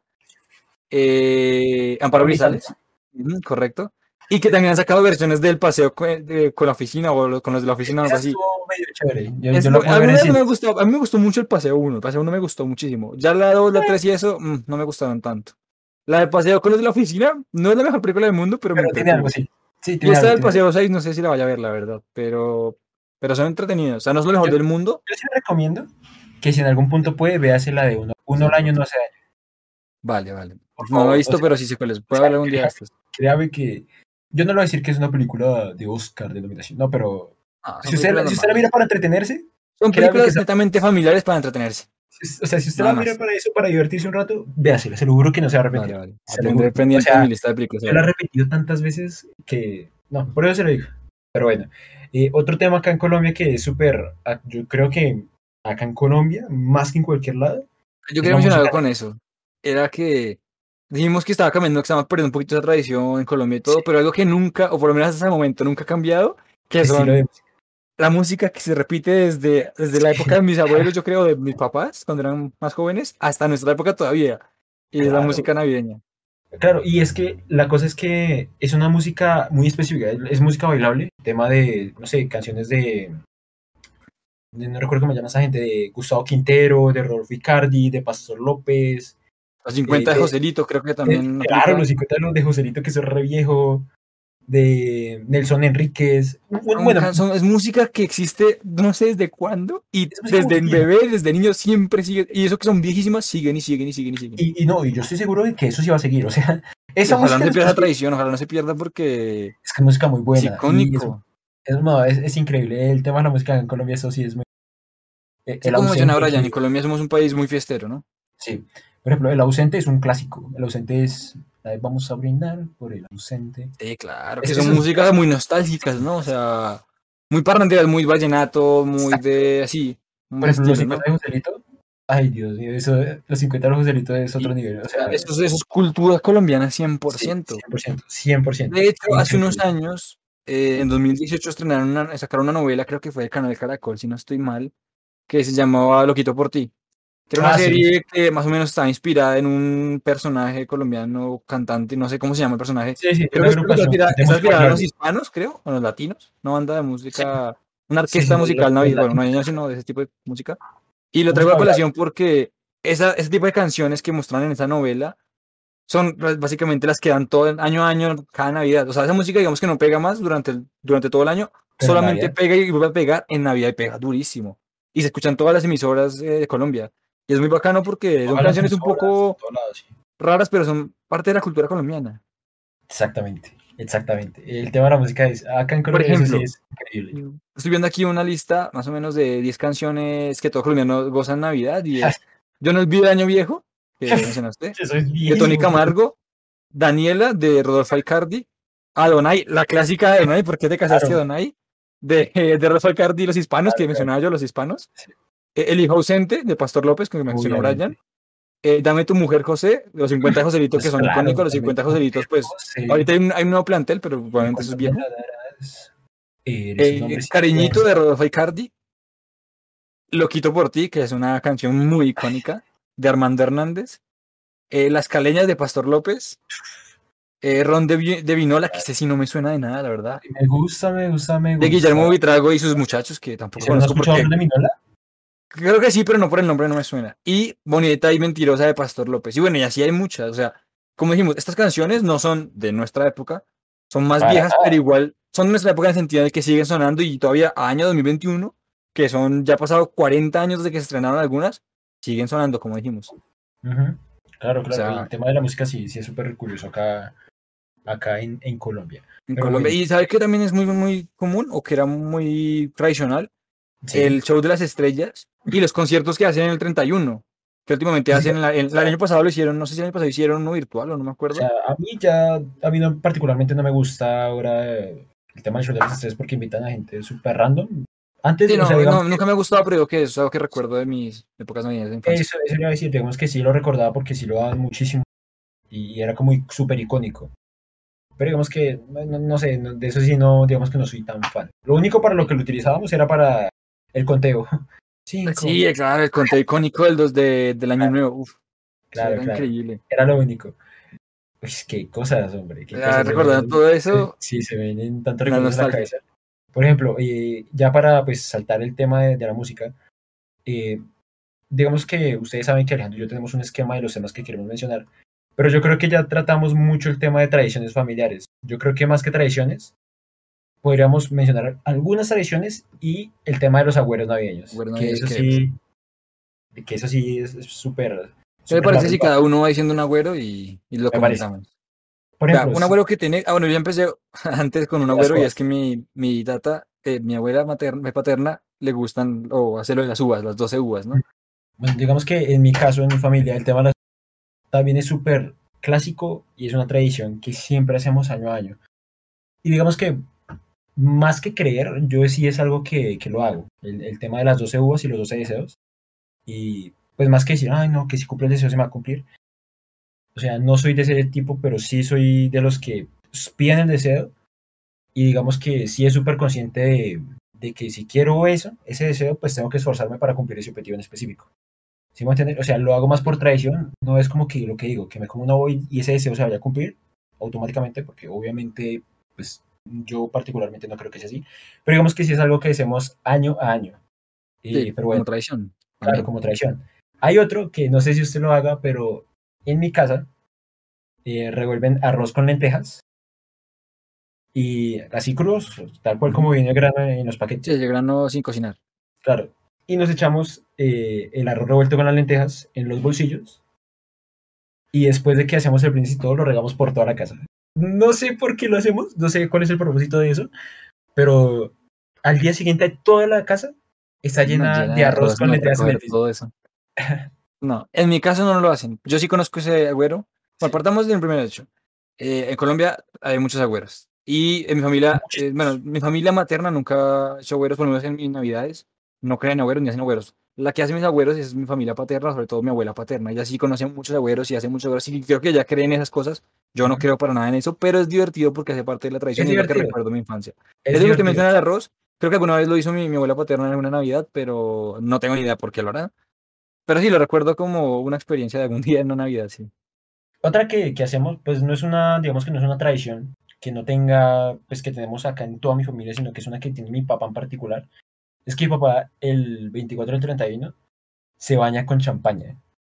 Amparo Amparo Grisales. Grisales, ujú, correcto. Y que también han sacado versiones del paseo con la oficina o con los de la oficina o Esa algo así. estuvo medio chévere. Yo la pude A ver mí en no me cines. gustó, a mí me gustó mucho el paseo uno me gustó muchísimo. Ya la 2 la 3 y eso, no me gustaron tanto. La del paseo con los de la oficina no es la mejor película del mundo, pero me Pero tiene algo, entretuvo. sí. Sí, Y tiene esta algo, del tiene algo. paseo 6 no sé si la vaya a ver, la verdad, pero son entretenidas. O sea, no es lo mejor Yo, del mundo. yo sí recomiendo que si en algún punto puede, véase la de uno al año, no sé año. Vale, vale. Por No lo he favor. O visto, sea, pero sí sé cuál es. o Puedo sea, hablar un día de estos. créame que. Yo no le voy a decir que es una película de Oscar, de nominación. No, pero. Ah, son Si usted, películas si usted la normales. mira para entretenerse, Son créame que películas esa. netamente familiares para entretenerse. O sea, si usted Nada la mira más. para eso, para divertirse un rato, véasela. Se lo juro que no se va a Vale, arrepentir. vale. La Se lo tendré juro. O pendiente de mi sea, lista de películas a yo la he ver. repetido tantas veces que. No, por eso se lo digo. Pero bueno, otro tema acá en Colombia que es súper, yo creo que acá en Colombia, más que en cualquier lado, Yo es quería la mencionar música algo con negra. eso. Era que dijimos que estaba cambiando, que estaba perdiendo un poquito esa tradición en Colombia y Sí, todo, pero algo que nunca, o por lo menos hasta ese momento, nunca ha cambiado, el que estilo de son música. la música que se repite desde la época de mis abuelos, yo creo, de mis papás, cuando eran más jóvenes, hasta nuestra época todavía. Y es la Claro, música navideña. claro, y es que la cosa es que es una música muy específica, es música bailable, tema de, no sé, canciones no recuerdo cómo se llama esa gente, de Gustavo Quintero, de Rodolfo Icardi, de Pastor López, Los 50 de de, Joselito creo que también claro, aplica. los 50 años de Joselito, que es re viejo, de Nelson Enríquez, bueno, Es música que existe no sé desde cuándo y es música muy desde vieja. bebé, desde niño siempre sigue. Y eso que son viejísimas, siguen y siguen y siguen y siguen. Y no, y yo estoy seguro de que eso sí va a seguir. O sea, Y esa ojalá no música se pierda después esa tradición, ojalá no se pierda porque es que es música muy es buena. Y eso, icónico. no, es increíble. El tema de la música en Colombia, eso sí es muy. Sí, El como mencionaba ausente, Brian, en que Colombia somos un país muy fiestero, ¿no? sí. Por ejemplo, el ausente es un clásico. El ausente es. Vamos a brindar por el ausente. Sí, claro, que son Eso es un músicas clásico. muy nostálgicas, ¿no? O sea, muy parranderas, muy vallenato, muy Exacto. de así, un Por ejemplo, los estilo, 50 ¿no? de Joselito. Ay, Dios mío, eso, los 50 de Joselito es otro Y nivel. O sea, eso es cultura colombiana sí, 100%. 100%. 100%. De hecho, hace unos Increíble. años, en 2018 sacaron una novela, creo que fue del canal Caracol, si no estoy mal, que se llamaba Loquito por ti, que era una Ah, sí, sí. serie que más o menos estaba inspirada en un personaje colombiano, cantante, no sé cómo se llama el personaje. Sí, sí, Creo una que agrupación de está música inspirada en los bailable. hispanos, creo, o en los latinos, una banda de Sí, música, una sí, sí, orquesta musical los navideña, bueno, no latinos. navideña, sino de ese tipo de música. Y lo traigo Música a bailable. colación porque ese tipo de canciones que mostraron en esa novela son básicamente las que dan todo el año a año, cada Navidad. O sea, esa música, digamos que no pega más durante todo el año, Pero en solamente Navidad. pega y vuelve a pegar en Navidad y pega durísimo. Y se escuchan todas las emisoras de Colombia. Y es muy bacano porque son Todas las canciones un emisoras, en poco todos lados, sí. raras, pero son parte de la cultura colombiana. Exactamente, exactamente. El tema de la música es, acá en Por Colombia eso sí ejemplo, es increíble. estoy viendo aquí una lista más o menos de 10 canciones que todo colombiano goza en Navidad y es Yo no olvido el año viejo, que mencionaste, Eso es de Tony viejísimo. Camargo, Daniela de Rodolfo Aicardi, Adonai, la clásica de Adonai, ¿por qué te casaste, Claro, Adonai? De Rodolfo Aicardi y los hispanos, que claro, claro. mencionaba yo, los hispanos. Sí, El hijo ausente de Pastor López, que mencionó Brian. obviamente. Dame tu mujer, José, los 50 de Joselito, que Pues son claro, icónicos, los dame 50 tu Joselitos, mujer, pues José. ahorita hay un nuevo plantel, pero ¿Y probablemente eso es cuánto me viejo. la darás? Eres un hombre sin Cariñito de vergüenza. Rodolfo Aicardi, Loquito por ti, que es una canción muy icónica, de Armando Hernández. Las caleñas de Pastor López. Ron de Vinola, que ese sí no me suena de nada, la verdad. Me gusta, me gusta, me De gusta. Guillermo Vitrago y sus muchachos, que tampoco ¿Ese no has conozco escuchado porque de Minola? creo que sí, pero no por el nombre no me suena. Y Bonita y Mentirosa de Pastor López. Y bueno, y así hay muchas. O sea, como dijimos, estas canciones no son de nuestra época, son más Para viejas, pero nada. igual son de nuestra época en el sentido de que siguen sonando y todavía a año 2021, que son ya pasado 40 años desde que se estrenaron algunas, siguen sonando, como dijimos. Ujú. Claro, O claro. El sea, tema de la música sí, sí es súper curioso acá en Colombia. en Pero Colombia. bueno, ¿Y sabe que también es muy, muy común o que era muy tradicional? sí. El show de las estrellas y los conciertos que hacen en el 31, que últimamente Sí, hacen, o el sea, año pasado lo hicieron, no sé si el año pasado hicieron uno virtual o no me O acuerdo. sea, a mí no, particularmente no me gusta ahora el tema del show de las estrellas porque invitan a gente súper random. Antes, Sí, o sea, no, digamos no, nunca me ha gustado, pero digo que eso es algo que recuerdo de mis épocas navideñas de que infancia. eso iba a decir, digamos que sí lo recordaba porque sí lo daban muchísimo y era como súper icónico. Pero digamos que, no sé, de eso sí no, digamos que no soy tan fan. Lo único para lo Sí, que lo utilizábamos era para el conteo. Cinco. sí, claro, el conteo icónico del Año Claro, Nuevo, uf, eso claro, era claro. increíble. Era lo único. Pues qué cosas, hombre, qué Ya cosas. recordando todo eso, Sí, se me vienen tantos la recuerdos a la nostalgia. cabeza. Por ejemplo, ya para pues saltar el tema de la música, eh, digamos que ustedes saben que Alejandro y yo tenemos un esquema de los temas que queremos mencionar, pero yo creo que ya tratamos mucho el tema de tradiciones familiares. Yo creo que más que tradiciones, podríamos mencionar algunas tradiciones y el tema de los agüeros navideños, Bueno, es que, que eso sí es súper, ¿qué me súper parece largo. si cada uno va diciendo un agüero y lo Me parece. comentamos? Por Vea, ejemplo, un agüero que tiene. Ah, bueno, yo empecé antes con un las agüero y es cosas. que mi abuela materna, paterna, le gustan o hace lo de las uvas, las 12 uvas, ¿no? Bueno, digamos que en mi caso, en mi familia, el tema de las también es súper clásico y es una tradición que siempre hacemos año a año. Y digamos que más que creer, yo sí es algo que lo hago. El tema de las 12 uvas y los 12 deseos. Y pues más que decir, ay, no, que si cumplo el deseo se me va a cumplir. O sea, no soy de ese tipo, pero sí soy de los que piden el deseo y digamos que sí es súper consciente de que si quiero eso, ese deseo, pues tengo que esforzarme para cumplir ese objetivo en específico. ¿Sí me entienden? O sea, lo hago más por tradición, no es como que lo que digo, que me como una uva y ese deseo se vaya a cumplir automáticamente, porque obviamente, pues yo particularmente no creo que sea así, pero digamos que sí es algo que hacemos año a año. Sí, Pero bueno, como tradición claro, también. como tradición. Hay otro que no sé si usted lo haga, pero en mi casa revuelven arroz con lentejas y así crudos, tal cual como Ujú. viene el grano en los Sí, paquetes, el grano sin cocinar. claro. Y nos echamos el arroz revuelto con las lentejas en los bolsillos y después de que hacemos el brindis y todo, lo regamos por toda la casa. No sé por qué lo hacemos, no sé cuál es el propósito de eso, pero al día siguiente toda la casa está No, llena llena de de arroz arroz, con no, lentejas en el recoger piso. todo eso. No, en mi caso no lo hacen. Yo sí conozco ese agüero. Bueno, Sí, partamos del primer hecho. En Colombia hay muchos agüeros. Y en mi familia, bueno, muchísimos. mi familia materna nunca ha hecho agüeros, por lo menos en mis navidades. No creen agüeros ni hacen agüeros. La que hace mis agüeros es mi familia paterna, sobre todo mi abuela paterna. Ella sí conoce muchos agüeros y hace muchos agüeros. Y creo que ella cree en esas cosas. Yo no Ujú. creo para nada en eso, pero es divertido porque hace parte de la tradición Es y es lo que divertido, recuerdo de mi infancia. es Eso que usted divertido. menciona el arroz, creo que alguna vez lo hizo mi abuela paterna en alguna Navidad, pero no tengo ni idea por qué lo hará. Pero sí, lo recuerdo como una experiencia de algún día en una Navidad, sí. Otra que hacemos, pues no es una, digamos que no es una tradición que no tenga, pues que tenemos acá en toda mi familia, sino que es una que tiene mi papá en particular. Es que mi papá el 24 del 31 se baña con champaña.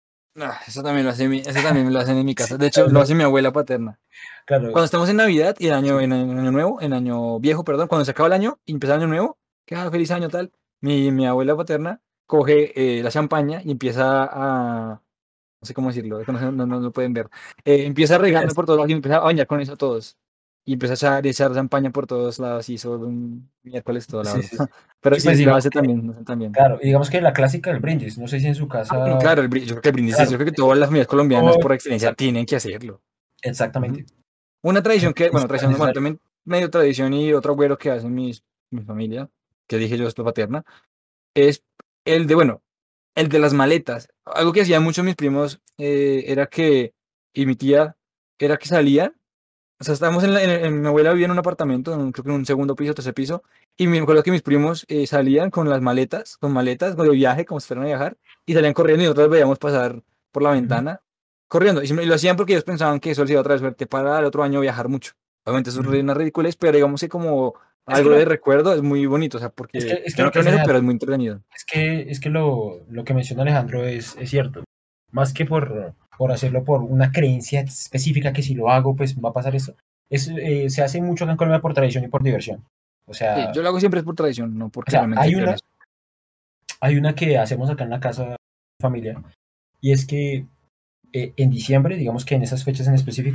Eso también lo hace eso también lo hacen en mi Sí, casa. De hecho, lo hace mi abuela paterna. claro, Cuando estamos en Navidad y sí. en año nuevo, en año viejo, perdón, cuando se acaba el año y empieza el año nuevo, que feliz año tal, mi abuela paterna coge la champaña y empieza a, no sé cómo decirlo, es que no lo pueden ver. Empieza a regarme por todos lados y empieza a bañar con eso a todos. Y empieza a echar champaña por todos lados y hizo un miércoles todo, la Sí, verdad. sí, sí. Pero Y pues sí, lo digamos hace que, también, lo hace también. claro, y digamos que la clásica del brindis, no sé si en su No, casa, claro, yo creo que el brindis, yo claro, creo que todas las familias colombianas todo, por excelencia exacto, tienen que hacerlo. Ujú. exactamente. Una tradición que, Es bueno, súper tradición, bueno, necesario. también medio tradición y otro agüero que hacen mi familia, que dije yo, esto paterna, es el de, bueno, el de las maletas. Algo que hacían muchos mis primos era que, y mi tía, era que salían, o sea, estábamos mi abuela vivía en un apartamento, creo que en un segundo piso, tercer piso, y me acuerdo que mis primos salían con las maletas, con de viaje, como si fueran a viajar, y salían corriendo y nosotros los veíamos pasar por la Ujú, ventana, corriendo, y lo hacían porque ellos pensaban que eso les iba a traer suerte para el otro año viajar mucho. Obviamente eso es ujú. una ridiculez, pero digamos que como Es que algo de recuerdo es muy bonito, o sea, porque es que yo lo no que creo en dice eso, pero Alejandro, es muy entretenido. es que lo que menciona Alejandro es cierto. Más que por hacerlo por una creencia específica que si lo hago, pues va a pasar esto. Se hace mucho acá en Colombia por tradición y por diversión. O Sí, sea, yo lo hago siempre es por tradición, no o porque sea, realmente creo en eso. hay una que hacemos acá en la casa familia, y es que en diciembre, digamos que en esas fechas en específico,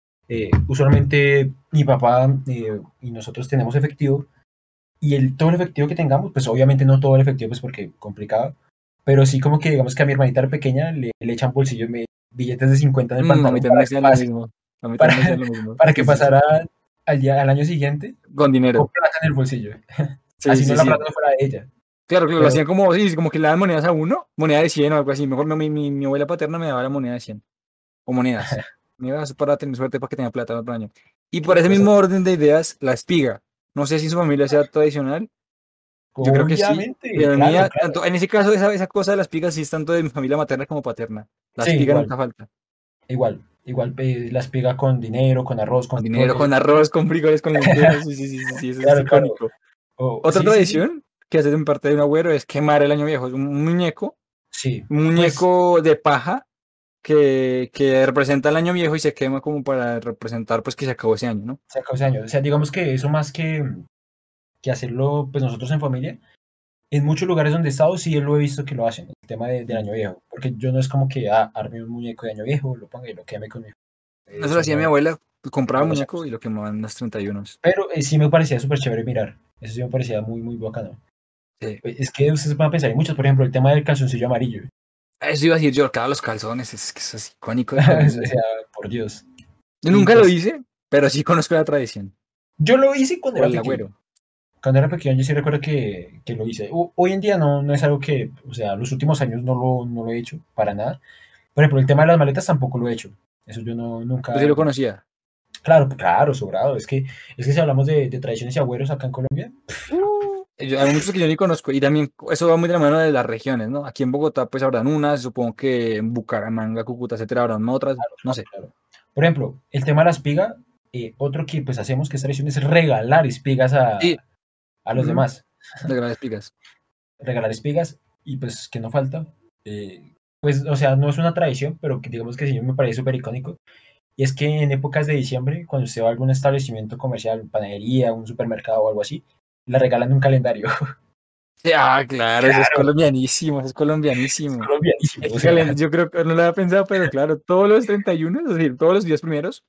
usualmente mi papá y nosotros tenemos efectivo, y todo el efectivo que tengamos, pues obviamente no todo el efectivo, pues porque complicado, pero sí como que digamos que a mi hermanita pequeña le echan bolsillos, billetes de 50 en el A mí pantalón también me para que decían lo pase, mismo, a mí para, también me decían lo mismo. para que Sí, sí, sí. pasara al año siguiente Con con dinero. plata en el bolsillo. Sí, Así no sí, la sí. plata no fuera de ella. Claro, claro, lo Pero hacían como, sí, como que le daban monedas a uno, moneda de 100 o algo así. Mejor mi abuela paterna me daba la moneda de 100 o monedas. Me iba a hacer para tener suerte para que tenga plata el otro año. Y por ese cosas, mismo orden de ideas, la espiga. No sé si su familia sea tradicional, yo creo que sí. obviamente, Pero claro, mía, claro. tanto, en ese caso, esa cosa de la espiga sí es tanto de mi familia materna como paterna. La Sí, espiga igual, nunca falta. igual las pega con dinero, con arroz, con Con dinero, frijoles. con arroz, con frijoles, con lentejas. Sí, sí, sí, sí, sí, eso es Claro, claro. icónico. Otra Sí, sí, sí. tradición que hace en parte de un agüero es quemar el año viejo. Es Sí, un pues muñeco de paja que representa el año viejo y se quema como para representar pues que se acabó ese año, ¿no? se acabó ese año. O sea, digamos que eso más que hacerlo pues nosotros en familia, en muchos lugares donde he estado sí lo he visto que lo hacen, el tema del Mm. año viejo. Porque yo no es como que arme un muñeco de año viejo, lo ponga y lo queme con mi. Eso lo Eso hacía mi no, abuela, pues, compraba no lo muñeco hacemos. y lo quemaban en los 31. Pero sí me parecía súper chévere mirar. Eso sí me parecía muy, muy bacano. Sí. Es que ustedes van a pensar en muchos, por ejemplo, el tema del calzoncillo amarillo. Eso iba a decir yo, cada los calzones, es que eso es icónico de O Colombia. sea, por Dios. Yo Y nunca lo pues hice, pero sí conozco la tradición. yo lo hice cuando O era el pequeño. agüero. Cuando era pequeño yo sí recuerdo que lo hice. Hoy en día no es algo que, o sea, los últimos años no lo he hecho para nada. Por ejemplo, el tema de las maletas tampoco lo he hecho. Eso yo Yo sí nunca. lo conocía. Claro, claro, sobrado. Es que si hablamos de tradiciones y agüeros acá en Colombia, Hay muchos que yo ni conozco y también eso va muy de la mano de las regiones, ¿no? Aquí en Bogotá pues habrán unas, supongo que en Bucaramanga, Cúcuta, etcétera, habrán otras, no sé. claro. Por ejemplo, el tema de la espiga, otro que pues hacemos que es tradición es regalar espigas Sí, a los ujú, demás. de grandes pigas. Regalar espigas y pues que no falta. Pues, o sea, no es una tradición, pero que digamos que sí me parece súper icónico. Y es que en épocas de diciembre, cuando usted va a algún establecimiento comercial, panadería, un supermercado o algo así, le regalan un calendario. Sí, ah, claro, eso es Claro, colombianísimo, eso es es colombianísimo. colombianísimo. Es O que sea, yo creo que no lo había pensado, pero claro, todos los 31, es decir, todos los días primeros,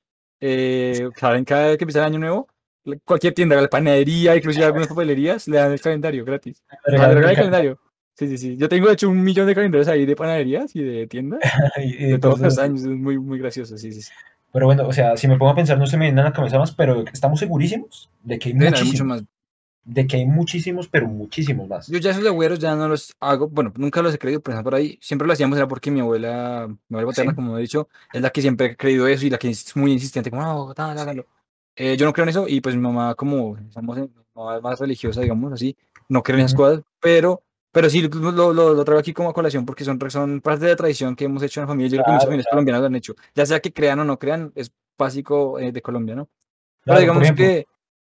saben, cada que empieza el año nuevo, cualquier tienda, la panadería, inclusive algunas papelerías, le dan el calendario gratis. le O sea, le regalan un regalan el calendario calendario. Sí, sí, sí. Yo tengo de hecho 1 millón de calendarios ahí de panaderías y de tiendas y de de todos cosas los así. años. Es muy, muy gracioso, sí, sí, sí. Pero bueno, o sea, si me pongo a pensar, no se me viene a la cabeza más, pero estamos segurísimos Deben haber mucho más. de que hay muchísimos, pero muchísimos más. Yo ya esos agüeros ya no los hago, bueno, nunca los he creído, pero por ahí, siempre lo hacíamos, era porque mi abuela paterna, Sí. como he dicho, es la que siempre ha creído eso y la que es muy insistente, como, no, tal, hágalo. Yo no creo en eso y pues mi mamá, como somos mi mamá es más religiosa, digamos así, no cree en esas Ujú. cosas, pero sí lo traigo aquí como a colación porque son parte de la tradición que hemos hecho en la familia. Yo creo que muchas Claro, familias claro, colombianas lo han hecho, ya sea que crean o no crean, es básico de Colombia, ¿no? Pero claro. Por digamos ejemplo, que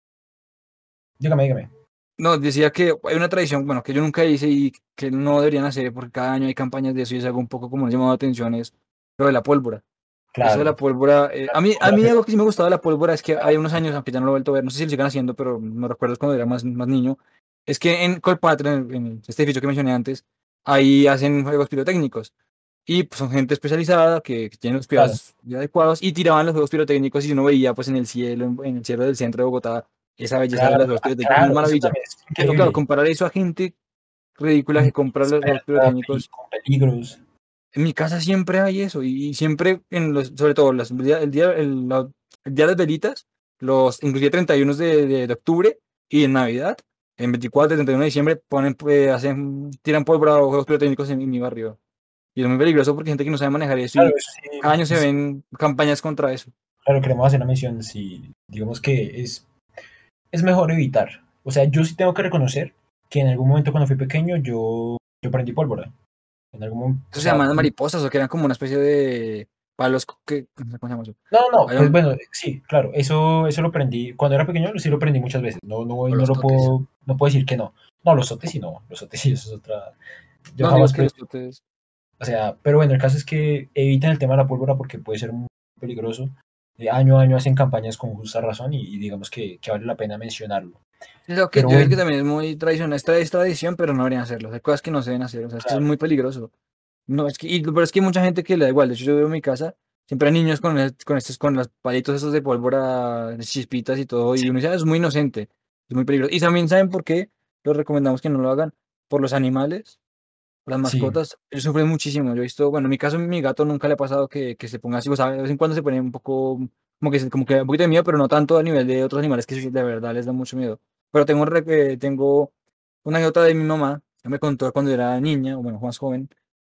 dígame, dígame. no, decía que hay una tradición, bueno, que yo nunca hice y que no deberían hacer porque cada año hay campañas de eso y es algo un poco como nos llamado la atención, es lo de la pólvora. Eso de Claro. la pólvora, a mí Pero algo que sí me gustaba de la pólvora es que hay unos años, aunque ya no lo he vuelto a ver, no sé si lo sigan haciendo, pero no recuerdo cuando era más niño, es que en Colpatria, en este edificio que mencioné antes, ahí hacen juegos pirotécnicos y pues, son gente especializada que tiene los claro, cuidados adecuados y tiraban los juegos pirotécnicos y uno veía pues en el cielo, en el cielo del centro de Bogotá, esa belleza de claro, los juegos pirotécnicos, una claro, eso maravilla. también es Pero claro, increíble. comparar eso a gente ridícula que compra los juegos Experta, pirotécnicos. con peligros. En mi casa siempre hay eso y siempre, sobre todo el día de las velitas, inclusive 31 de octubre y en Navidad, en 24 y 31 de diciembre, tiran pólvora o juegos pirotécnicos en mi barrio. Y es muy peligroso porque hay gente que no sabe manejar eso Claro, y eso cada año se sí, ven campañas contra eso. claro, queremos hacer una mención, si digamos que es mejor evitar. O sea, yo sí tengo que reconocer que en algún momento cuando fui pequeño yo prendí pólvora. En algún momento, o Eso se sea, llaman mariposas o que eran como una especie de palos que, no sé cómo se llama eso. no, Hay pues un- bueno, sí, claro, eso lo prendí, cuando era pequeño sí lo prendí muchas veces, o no los lo totes. puedo decir que no. No, los sotes sí no, los sotes sí, eso es otra, yo No digo jamás que prendí, los totes. o sea, pero bueno, el caso es que eviten el tema de la pólvora porque puede ser muy peligroso. Año a año hacen campañas con justa razón y digamos que vale la pena mencionarlo. Lo que Pero yo digo que bueno, también es muy tradicional, es tradición, pero no deberían hacerlo. Hay cosas que no se deben hacer, o sea, es que eso es claro, muy peligroso. No, pero es que hay mucha gente que le da igual. De hecho, yo veo en mi casa, siempre hay niños con los palitos esos de pólvora, chispitas y todo, y uno dice, "Ah, es muy inocente, es muy peligroso". Y también saben por qué los recomendamos que no lo hagan, por los animales, las sí, mascotas, ellos sufren muchísimo. Yo he visto, bueno, en mi caso, a mi gato nunca le ha pasado que se ponga así, o sea, de vez en cuando se pone un poco, como que un poquito de miedo, pero no tanto a nivel de otros animales que sí, de verdad les da mucho miedo. Pero tengo una anécdota de mi mamá, que me contó cuando era niña, o bueno, más joven,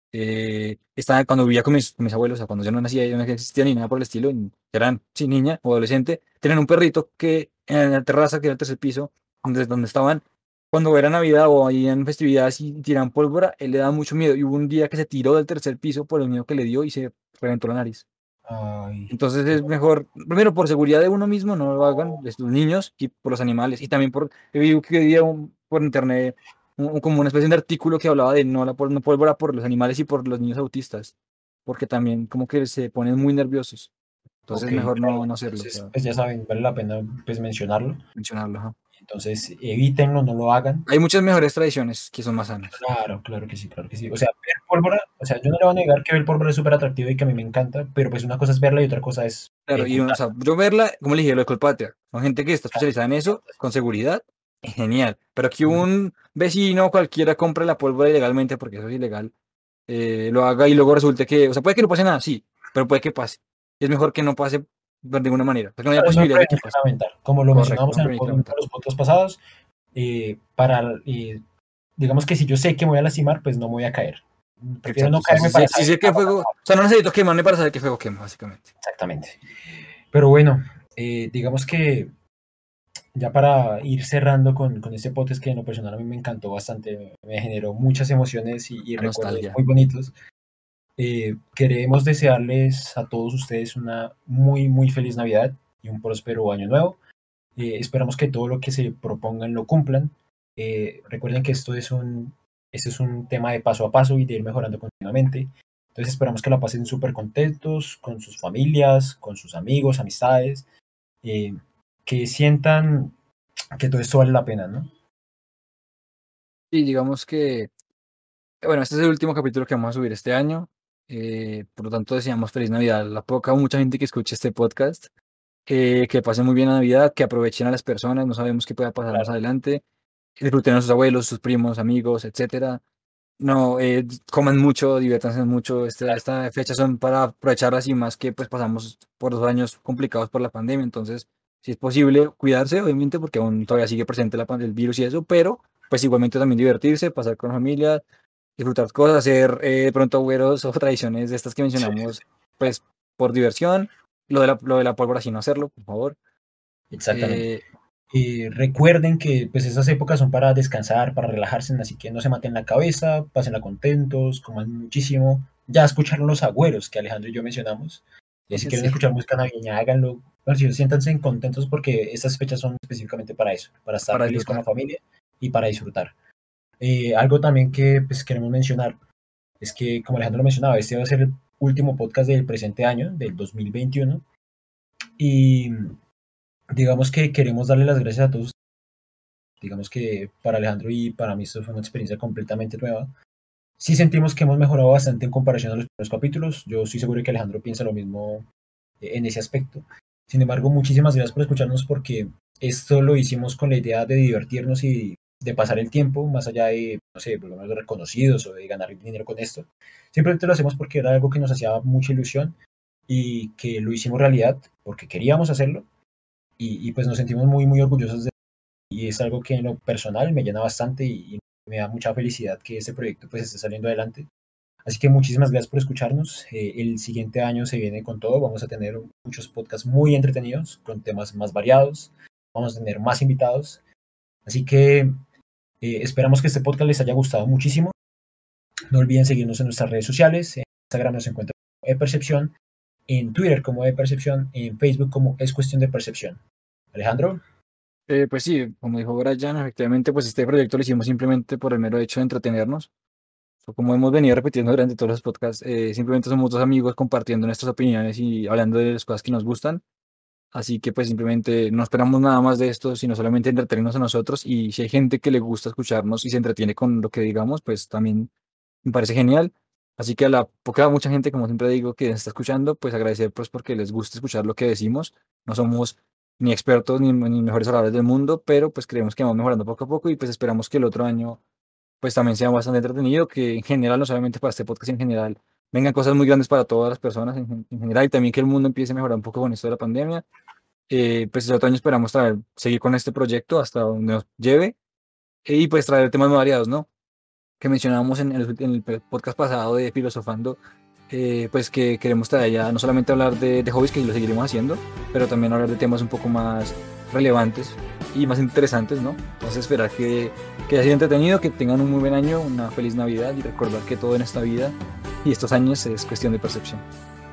cuando vivía con mis abuelos, o sea, cuando yo no nacía, yo no existía ni nada por el estilo, y eran, sí, niña o adolescente, tenían un perrito que en la terraza, que era el tercer piso, donde estaban, cuando era Navidad o ahí en festividades y tiran pólvora, él le da mucho miedo. Y hubo un día que se tiró del tercer piso por el miedo que le dio y se reventó la nariz. ay, Entonces es mejor, primero por seguridad de uno mismo, no lo hagan, de los niños y por los animales. Y también vi que había por internet como una especie de artículo que hablaba de no pólvora por los animales y por los niños autistas, porque también como que se ponen muy nerviosos. ok, Entonces mejor claro, no hacerlo, o entonces sea, pues ya saben, vale la pena pues mencionarlo. mencionarlo. Ajá. Entonces evítenlo, no lo hagan. Hay muchas mejores tradiciones que son más sanas. Claro, claro que sí, claro que sí. O sea, ver pólvora, o sea, yo no le voy a negar que ver pólvora es súper atractivo y que a mí me encanta, pero pues una cosa es verla y otra cosa es Claro, o ejecutar. sea, yo verla, como le dije, lo de Colpatria, son gente que está especializada en eso, con seguridad, genial. Pero que Ujú. un vecino cualquiera compre la pólvora ilegalmente, porque eso es ilegal, lo haga y luego resulte que, o sea, puede que no pase nada, sí, pero puede que pase. Es mejor que no pase de ninguna manera, porque no haya Claro, es mejor posibilidad de que prevenir que pase. lamentar. Como lo Correcto, mencionamos no en prevenir que uno lamentar. de los podcasts pasados, digamos que si yo sé que me voy a lastimar, pues no me voy a caer. Prefiero no Exacto, caerme para si saber sé qué va qué a pasar. fuego, o sea, no necesito quemarme para saber qué fuego quema, básicamente. Exactamente. Pero bueno, digamos que ya para ir cerrando con este podcast que en lo personal a mí me encantó bastante, me generó muchas emociones y La recuerdos nostalgia. muy bonitos. Queremos desearles a todos ustedes una muy, muy feliz Navidad y un próspero año nuevo. Esperamos que todo lo que se propongan lo cumplan. Recuerden que esto es un tema de paso a paso y de ir mejorando continuamente. Entonces esperamos que la pasen súper contentos con sus familias, con sus amigos, amistades, eh, que sientan que todo esto vale la pena, ¿no? Y digamos que, bueno, este es el último capítulo que vamos a subir este año. Por lo tanto, deseamos feliz Navidad. La poca o mucha gente que escuche este podcast, que pasen muy bien la Navidad, que aprovechen a las personas, no sabemos qué pueda pasar más Claro, adelante. Disfruten a sus abuelos, sus primos, amigos, etcétera. No, coman mucho, diviértanse mucho. claro, Esta fecha son para aprovecharlas y más que pues pasamos por 2 años complicados por la pandemia. Entonces, si es posible, cuidarse, obviamente, porque aún todavía sigue presente el virus y eso, pero pues igualmente también divertirse, pasar con la familia, disfrutar cosas, hacer de pronto agüeros o tradiciones de estas que sí, mencionamos, pues por diversión. Lo de la pólvora, sin no hacerlo, por favor. exactamente. Eh, Recuerden que pues esas épocas son para descansar, para relajarse, así que no se maten la cabeza, pásenla contentos, coman muchísimo. Ya escucharon los agüeros que Alejandro y yo mencionamos. Si quieren sí, escuchar música navideña, háganlo. Bueno, si siéntanse contentos porque estas fechas son específicamente para eso, para estar para feliz con la disfrutar. familia y para disfrutar. Algo también que pues, queremos mencionar es que, como Alejandro lo mencionaba, este va a ser el último podcast del presente año, del 2021, y digamos que queremos darle las gracias a todos. Digamos que para Alejandro y para mí esto fue una experiencia completamente nueva. Sí sentimos que hemos mejorado bastante en comparación a los primeros capítulos. Yo estoy seguro de que Alejandro piensa lo mismo en ese aspecto. Sin embargo, muchísimas gracias por escucharnos porque esto lo hicimos con la idea de divertirnos y de pasar el tiempo, más allá de, no sé, volvernos reconocidos o de ganar dinero con esto. Simplemente lo hacemos porque era algo que nos hacía mucha ilusión y que lo hicimos realidad porque queríamos hacerlo y pues nos sentimos muy, muy orgullosos de y es algo que en lo personal me llena bastante y me da mucha felicidad que este proyecto pues esté saliendo adelante. Así que muchísimas gracias por escucharnos. El siguiente año se viene con todo. Vamos a tener muchos podcasts muy entretenidos, con temas más variados. Vamos a tener más invitados. Así que esperamos que este podcast les haya gustado muchísimo. No olviden seguirnos en nuestras redes sociales. En Instagram nos encuentran como ePercepción, en Twitter como ePercepción, en Facebook como Es Cuestión de Percepción. Alejandro, Pues sí, como dijo Brian, efectivamente, pues este proyecto lo hicimos simplemente por el mero hecho de entretenernos. Como hemos venido repitiendo durante todos los podcasts, simplemente somos dos amigos compartiendo nuestras opiniones y hablando de las cosas que nos gustan. Así que pues simplemente no esperamos nada más de esto, sino solamente entretenernos a nosotros. Y si hay gente que le gusta escucharnos y se entretiene con lo que digamos, pues también me parece genial. Así que a la poca, mucha gente, como siempre digo, que nos está escuchando, pues agradecer pues porque les gusta escuchar lo que decimos. No somos ni expertos ni mejores oradores del mundo, pero pues creemos que vamos mejorando poco a poco y pues esperamos que el otro año pues también sea bastante entretenido, que en general, no solamente para este podcast, en general, vengan cosas muy grandes para todas las personas en general y también que el mundo empiece a mejorar un poco con esto de la pandemia. Pues el otro año esperamos seguir con este proyecto hasta donde nos lleve y pues traer temas muy variados, ¿no? Que mencionábamos en el podcast pasado de Filosofando, pues que queremos traer ya no solamente hablar de hobbies, que lo seguiremos haciendo, pero también hablar de temas un poco más relevantes y más interesantes, ¿no? Entonces esperar que haya sido entretenido, que tengan un muy buen año, una feliz Navidad y recordar que todo en esta vida y estos años es cuestión de percepción.